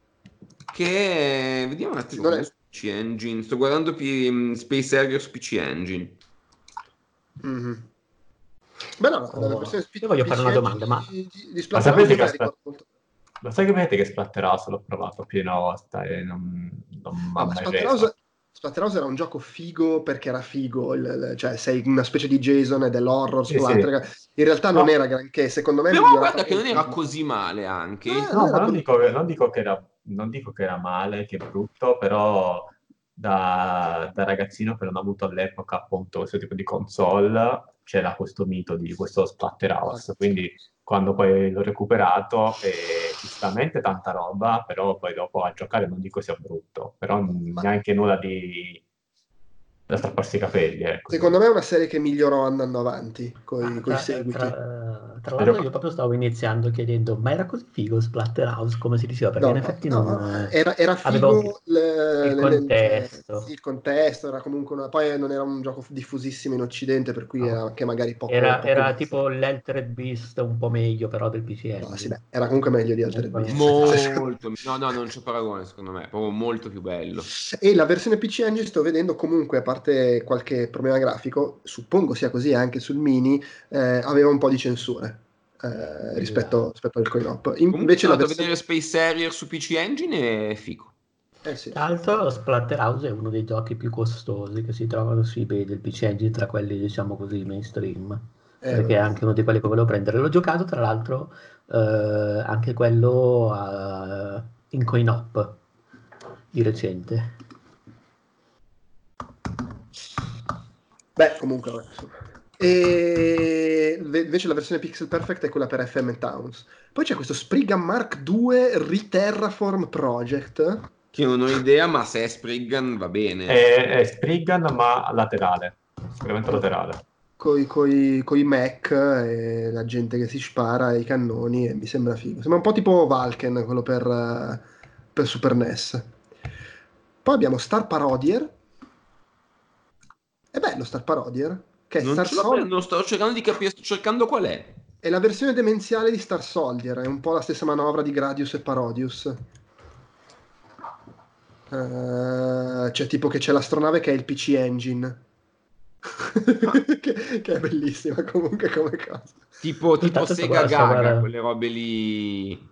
Che vediamo un attimo Non cos'è è... su PC Engine. Sto guardando Space Harrier su PC Engine. Mhm. Beh, no, la versione Io voglio fare una PC domanda, ma di Ma Splatterhouse sapete che a me ricorda molto. lo sai che vedete che Splatterhouse l'ho provato più di una volta e non mi No, ha ma mai preso. Splatterhouse era un gioco figo perché era figo, cioè sei una specie di Jason e dell'horror Sì, sì. splatter. In realtà non No, era granché, secondo me è Però migliorata guarda che non molto. era così male anche. Non no, ma era brutto. non dico che era male, che brutto, però da ragazzino che non ho avuto all'epoca appunto questo tipo di console, c'era questo mito di questo Splatterhouse, quindi quando poi l'ho recuperato, giustamente tanta roba, però poi dopo a giocare non dico sia brutto, però Ma neanche nulla da strapparsi i capelli, ecco. secondo me è una serie che migliorò andando avanti coi seguiti. tra l'altro io proprio stavo iniziando chiedendo, ma era così figo Splatterhouse come si diceva? Perché in No, effetti non no, era avevo figo il sì, contesto. il contesto, era comunque poi non era un gioco diffusissimo in Occidente, per cui era No. anche magari poco Era visto. tipo l'Altered Beast un po' meglio però del PC No, sì, Engine. beh, era comunque meglio di Altered Comunque Beast. Molto. No, non c'è paragone secondo me. È proprio molto più bello. E la versione PC Engine sto vedendo comunque, a parte qualche problema grafico, suppongo sia così anche sul mini, aveva un po' di censure rispetto al coin-op. Comunque Invece sono la andato a versione... vedere Space Harrier su PC Engine e è figo. Sì, Tra sì. l'altro Splatterhouse è uno dei giochi più costosi che si trovano su eBay del PC Engine tra quelli diciamo così mainstream, perché è Vabbè. anche uno di quelli che volevo prendere. L'ho giocato tra l'altro anche quello in coin-op di recente. Beh, comunque, vabbè, insomma. E invece la versione Pixel Perfect è quella per FM Towns. Poi c'è questo Spriggan Mark II Re-Terraform Project. Che non ho idea, ma se è Spriggan va bene. È Spriggan ma laterale, sicuramente laterale. Coi mech e la gente che si spara e i cannoni, e mi sembra figo. Sembra un po' tipo Valken, quello per Super NES. Poi abbiamo Star Parodier. È bello Star Parodier, che è Non Star ce l'ho preso, Soldier. non sto cercando di capire, sto cercando qual è. È la versione demenziale di Star Soldier, è un po' la stessa manovra di Gradius e Parodius. Cioè tipo che c'è l'astronave che è il PC Engine. che è bellissima comunque come cosa. Tipo Intanto Sega sto Gaga, guardando. quelle robe lì.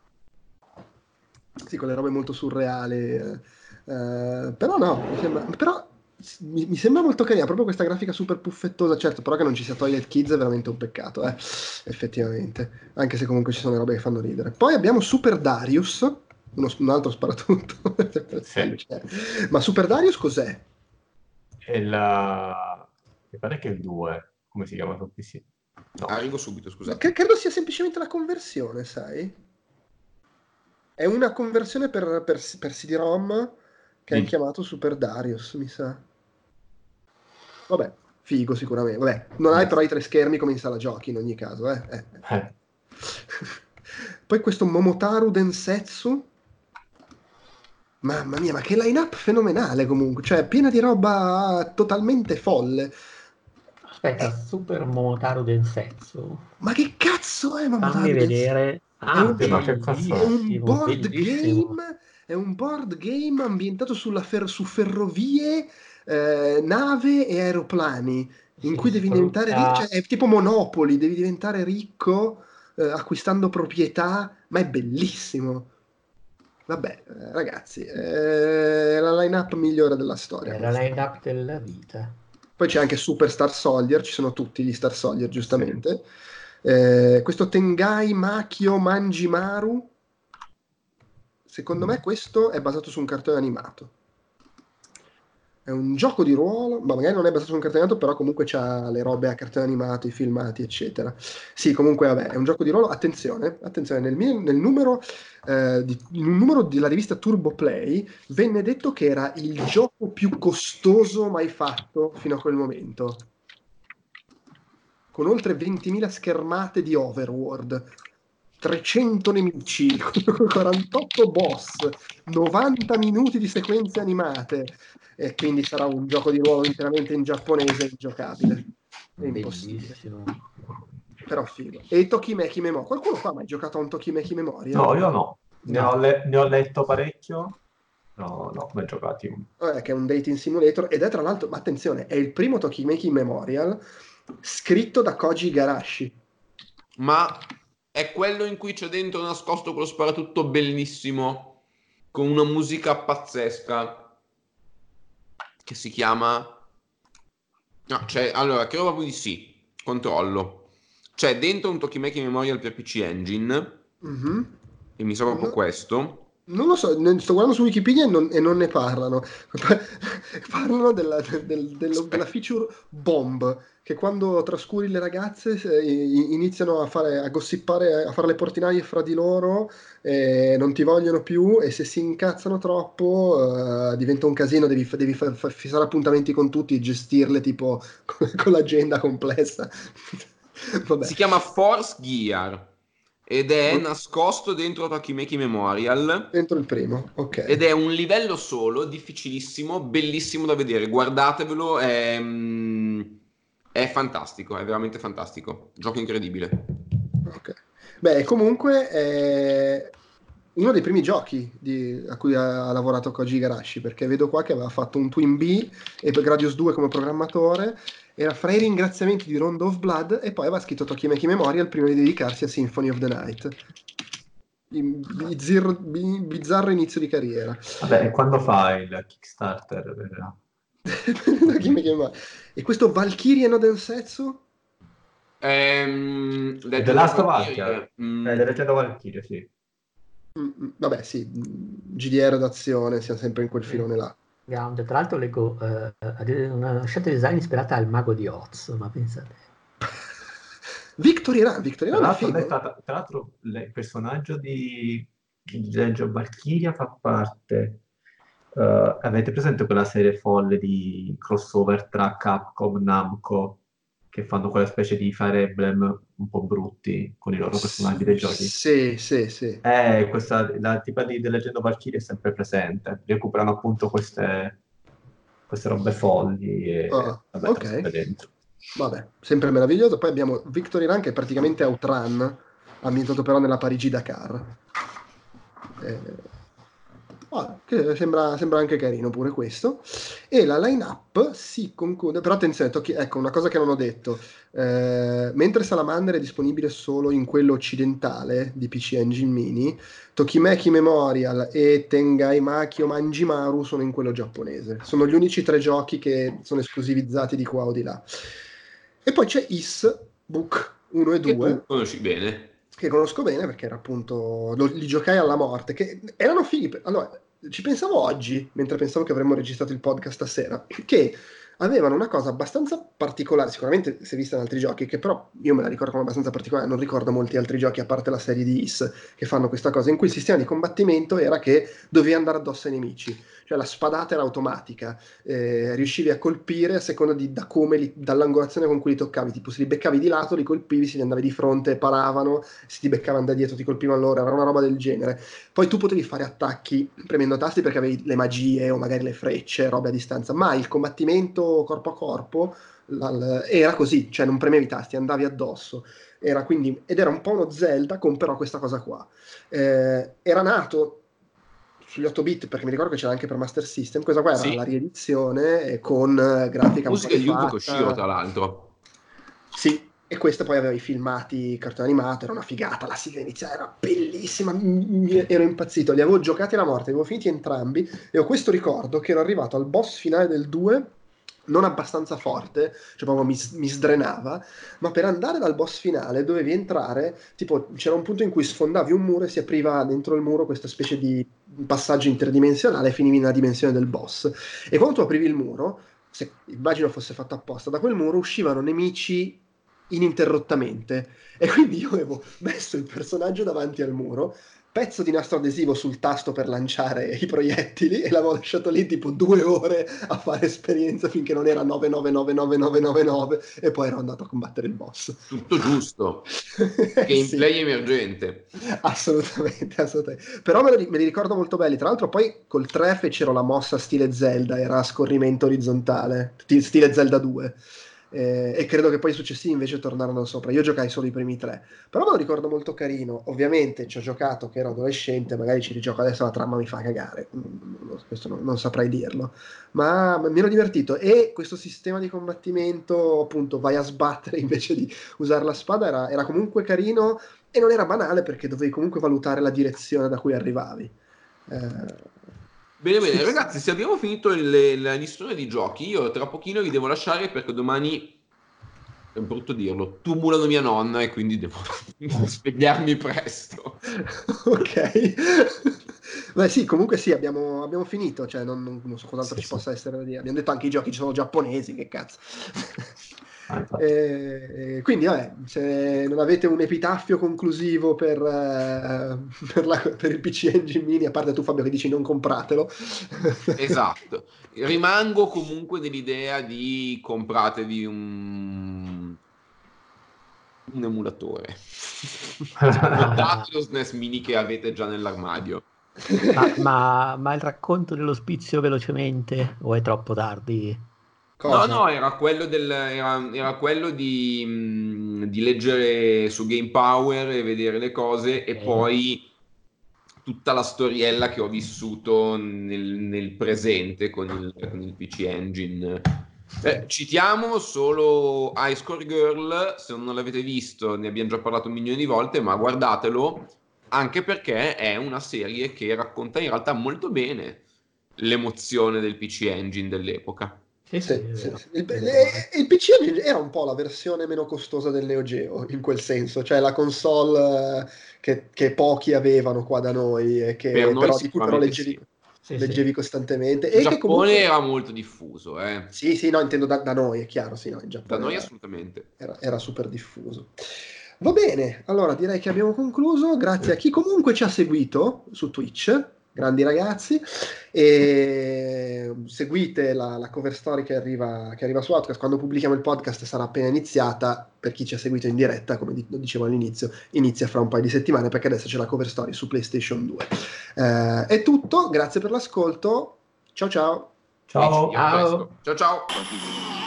Sì, con le robe molto surreali. Però no, mi sembra molto carina, proprio questa grafica super puffettosa. Certo, però che non ci sia Toilet Kids è veramente un peccato, effettivamente. Anche se comunque ci sono le robe che fanno ridere. Poi abbiamo Super Darius, un altro sparatutto. Sì. Ma Super Darius cos'è? Mi pare che è il 2, come si chiama su PC? No. Arrivo subito, scusate. Credo sia semplicemente la conversione, sai? È una conversione per CD-ROM che hanno chiamato Super Darius, mi sa. Vabbè, figo sicuramente. Vabbè, non hai però i 3 schermi come in sala giochi in ogni caso, Poi questo Momotaru Densetsu. Mamma mia, ma che line-up fenomenale comunque. Cioè, piena di roba totalmente folle. Aspetta, Super Momotaro Densetsu. Ma che cazzo è Fammi Momotaru Densetsu? vedere. È Ah, un, Sì, ma che cazzo è un bellissimo, board bellissimo. game. È un board game ambientato su ferrovie, nave e aeroplani. In Si cui devi diventare ricco. sfrutta Cioè, è tipo Monopoli, devi diventare ricco acquistando proprietà. Ma è bellissimo. Vabbè, ragazzi, è la line-up migliore della storia. la line-up della vita. Poi c'è anche Super Star Soldier, ci sono tutti gli Star Soldier, giustamente. Questo Tengai Makio Manjimaru, Secondo me questo è basato su un cartone animato. È un gioco di ruolo, ma magari non è basato su un cartone animato, però comunque c'ha le robe a cartone animato, i filmati, eccetera. Sì, comunque vabbè, è un gioco di ruolo. Attenzione, nel numero, in un numero della rivista Turbo Play venne detto che era il gioco più costoso mai fatto fino a quel momento, con oltre 20.000 schermate di overworld, 300 nemici, 48 boss, 90 minuti di sequenze animate, e quindi sarà un gioco di ruolo interamente in giapponese ingiocabile. È impossibile. Bellissimo. Però figo. E Tokimeki Memoria? Qualcuno qua ha mai giocato a un Tokimeki Memoria? No, io no. Ne No. ho letto parecchio. No, mai giocati. Che è un dating simulator, ed è tra l'altro, ma attenzione, è il primo Tokimeki Memorial scritto da Koji Igarashi. Ma è quello in cui c'è dentro nascosto quello sparatutto bellissimo con una musica pazzesca che si chiama... No, allora, credo proprio di sì. Controllo. C'è dentro un Tokimeki Memorial per PC Engine e mi sa proprio questo. Non lo so, sto guardando su Wikipedia e non ne parlano. Parlano della feature Bomb, che quando trascuri le ragazze iniziano a gossipare, a fare le portinaie fra di loro, non ti vogliono più, e se si incazzano troppo diventa un casino, devi fissare appuntamenti con tutti, gestirle tipo con l'agenda complessa. Vabbè. Si chiama Force Gear ed è nascosto dentro Tokimeki Memorial. Dentro il primo, ok. Ed è un livello solo, difficilissimo, bellissimo da vedere. Guardatevelo, è fantastico, è veramente fantastico. Gioco incredibile. Ok. Beh, comunque è uno dei primi giochi a cui ha lavorato Koji Igarashi, perché vedo qua che aveva fatto un Twin B e Gradius 2 come programmatore. Era fra i ringraziamenti di Rondo of Blood, e poi aveva scritto Tokimeki Memorial prima di dedicarsi a Symphony of the Night. Bizzarro inizio di carriera. Vabbè, e quando fa il Kickstarter? E questo Valkyrie no Densetsu? The Last of Us, The Legend of Valkyrie, sì. Vabbè, sì, GDR d'azione, siamo sempre in quel filone là. Tra l'altro leggo una scelta di design ispirata al Mago di Oz, ma pensate. Victory Run è figo. Tra l'altro il personaggio di Legend of Valkyria fa parte... avete presente quella serie folle di crossover tra Capcom e Namco, che fanno quella specie di Fire Emblem un po' brutti con i loro personaggi dei giochi? Sì. La tipa di The Legend of Valkyria è sempre presente. Recuperano appunto queste robe folli e ok. dentro. Vabbè, sempre meraviglioso. Poi abbiamo Victory Run, che è praticamente Outrun, ambientato però nella Parigi-Dakar. Che sembra anche carino pure questo. E la line-up si conclude, però attenzione, ecco una cosa che non ho detto, mentre Salamander è disponibile solo in quello occidentale di PC Engine Mini, Tokimeki Memorial e Tengai Makio Manjimaru sono in quello giapponese. Sono gli unici 3 giochi che sono esclusivizzati di qua o di là. E poi c'è Is Book 1 e 2 che tu conosci bene, che conosco bene perché era appunto li giocai alla morte, che erano fighi. Allora, ci pensavo oggi, mentre pensavo che avremmo registrato il podcast stasera, che avevano una cosa abbastanza particolare, sicuramente si è vista in altri giochi, che però io me la ricordo come abbastanza particolare, non ricordo molti altri giochi a parte la serie di Is che fanno questa cosa, in cui il sistema di combattimento era che dovevi andare addosso ai nemici, cioè la spadata era automatica, riuscivi a colpire a seconda dall'angolazione con cui li toccavi, tipo se li beccavi di lato li colpivi, se li andavi di fronte paravano, se ti beccavano da dietro ti colpivano loro, era una roba del genere. Poi tu potevi fare attacchi premendo tasti perché avevi le magie o magari le frecce, robe a distanza, ma il combattimento corpo a corpo era così, cioè non premevi i tasti, andavi addosso, ed era un po' uno Zelda con però questa cosa qua. Era nato sugli 8 bit, perché mi ricordo che c'era anche per Master System. Questa qua era la riedizione con grafica musica di Yuzo Koshiro, tra l'altro. Sì, e questa poi aveva i filmati cartone animato, era una figata, la sigla iniziale era bellissima, ero impazzito, li avevo giocati alla morte, li avevo finiti entrambi, e ho questo ricordo che ero arrivato al boss finale del 2 non abbastanza forte, cioè proprio mi sdrenava, ma per andare dal boss finale dovevi entrare, tipo c'era un punto in cui sfondavi un muro e si apriva dentro il muro questa specie di passaggio interdimensionale e finivi nella dimensione del boss. E quando tu aprivi il muro, immagino fosse fatto apposta, da quel muro uscivano nemici ininterrottamente, e quindi io avevo messo il personaggio davanti al muro, pezzo di nastro adesivo sul tasto per lanciare i proiettili, e l'avevo lasciato lì tipo 2 ore a fare esperienza finché non era 999999, e poi ero andato a combattere il boss. Tutto giusto. Sì. Gameplay emergente. Assolutamente. Però me li ricordo molto belli. Tra l'altro poi col 3 fecero la mossa stile Zelda, era a scorrimento orizzontale, stile Zelda 2. E credo che poi i successivi invece tornarono sopra. Io giocai solo i primi 3, però me lo ricordo molto carino. Ovviamente ci ho giocato che ero adolescente, magari ci rigioco adesso, la trama mi fa cagare, questo non saprei dirlo, ma mi ero divertito. E questo sistema di combattimento, appunto, vai a sbattere invece di usare la spada, era comunque carino, e non era banale perché dovevi comunque valutare la direzione da cui arrivavi. Bene, Sì. ragazzi, se abbiamo finito la listone di giochi, io tra pochino vi devo lasciare perché domani, è brutto dirlo, tumulano mia nonna e quindi devo svegliarmi presto. Ok. Beh sì, comunque sì, abbiamo finito, cioè non so cos'altro ci possa essere da dire. Abbiamo detto anche i giochi sono giapponesi, che cazzo. Quindi vabbè, se non avete un epitaffio conclusivo per il PC Engine Mini, a parte tu Fabio che dici non compratelo. Esatto, rimango comunque dell'idea di compratevi un emulatore. Guardate lo SNES Mini che avete già nell'armadio. Ma il racconto dell'ospizio velocemente o è troppo tardi? Cosa? No, era quello, era quello di leggere su Game Power e vedere le cose, e poi tutta la storiella che ho vissuto nel presente con il PC Engine. Citiamo solo High Score Girl, se non l'avete visto ne abbiamo già parlato un milione di volte, ma guardatelo, anche perché è una serie che racconta in realtà molto bene l'emozione del PC Engine dell'epoca. Sì, Sì, è sì, vero. sì. Il PC Engine era un po' la versione meno costosa del Neo Geo, in quel senso, cioè la console che pochi avevano qua da noi, e Per noi di cui però sicuramente sì. leggevi costantemente, In e che Giappone comunque... era molto diffuso, Sì, no, intendo da noi, è chiaro, sì, no, in da Giappone noi assolutamente. era super diffuso. Va bene, allora direi che abbiamo concluso, grazie a chi comunque ci ha seguito su Twitch, grandi ragazzi, e seguite la cover story che arriva su Outcast. Quando pubblichiamo il podcast sarà appena iniziata. Per chi ci ha seguito in diretta, come dicevo all'inizio, inizia fra un paio di settimane, perché adesso c'è la cover story su PlayStation 2. È tutto, grazie per l'ascolto, ciao ciao. Ciao. Ci vediamo presto. Ciao ciao.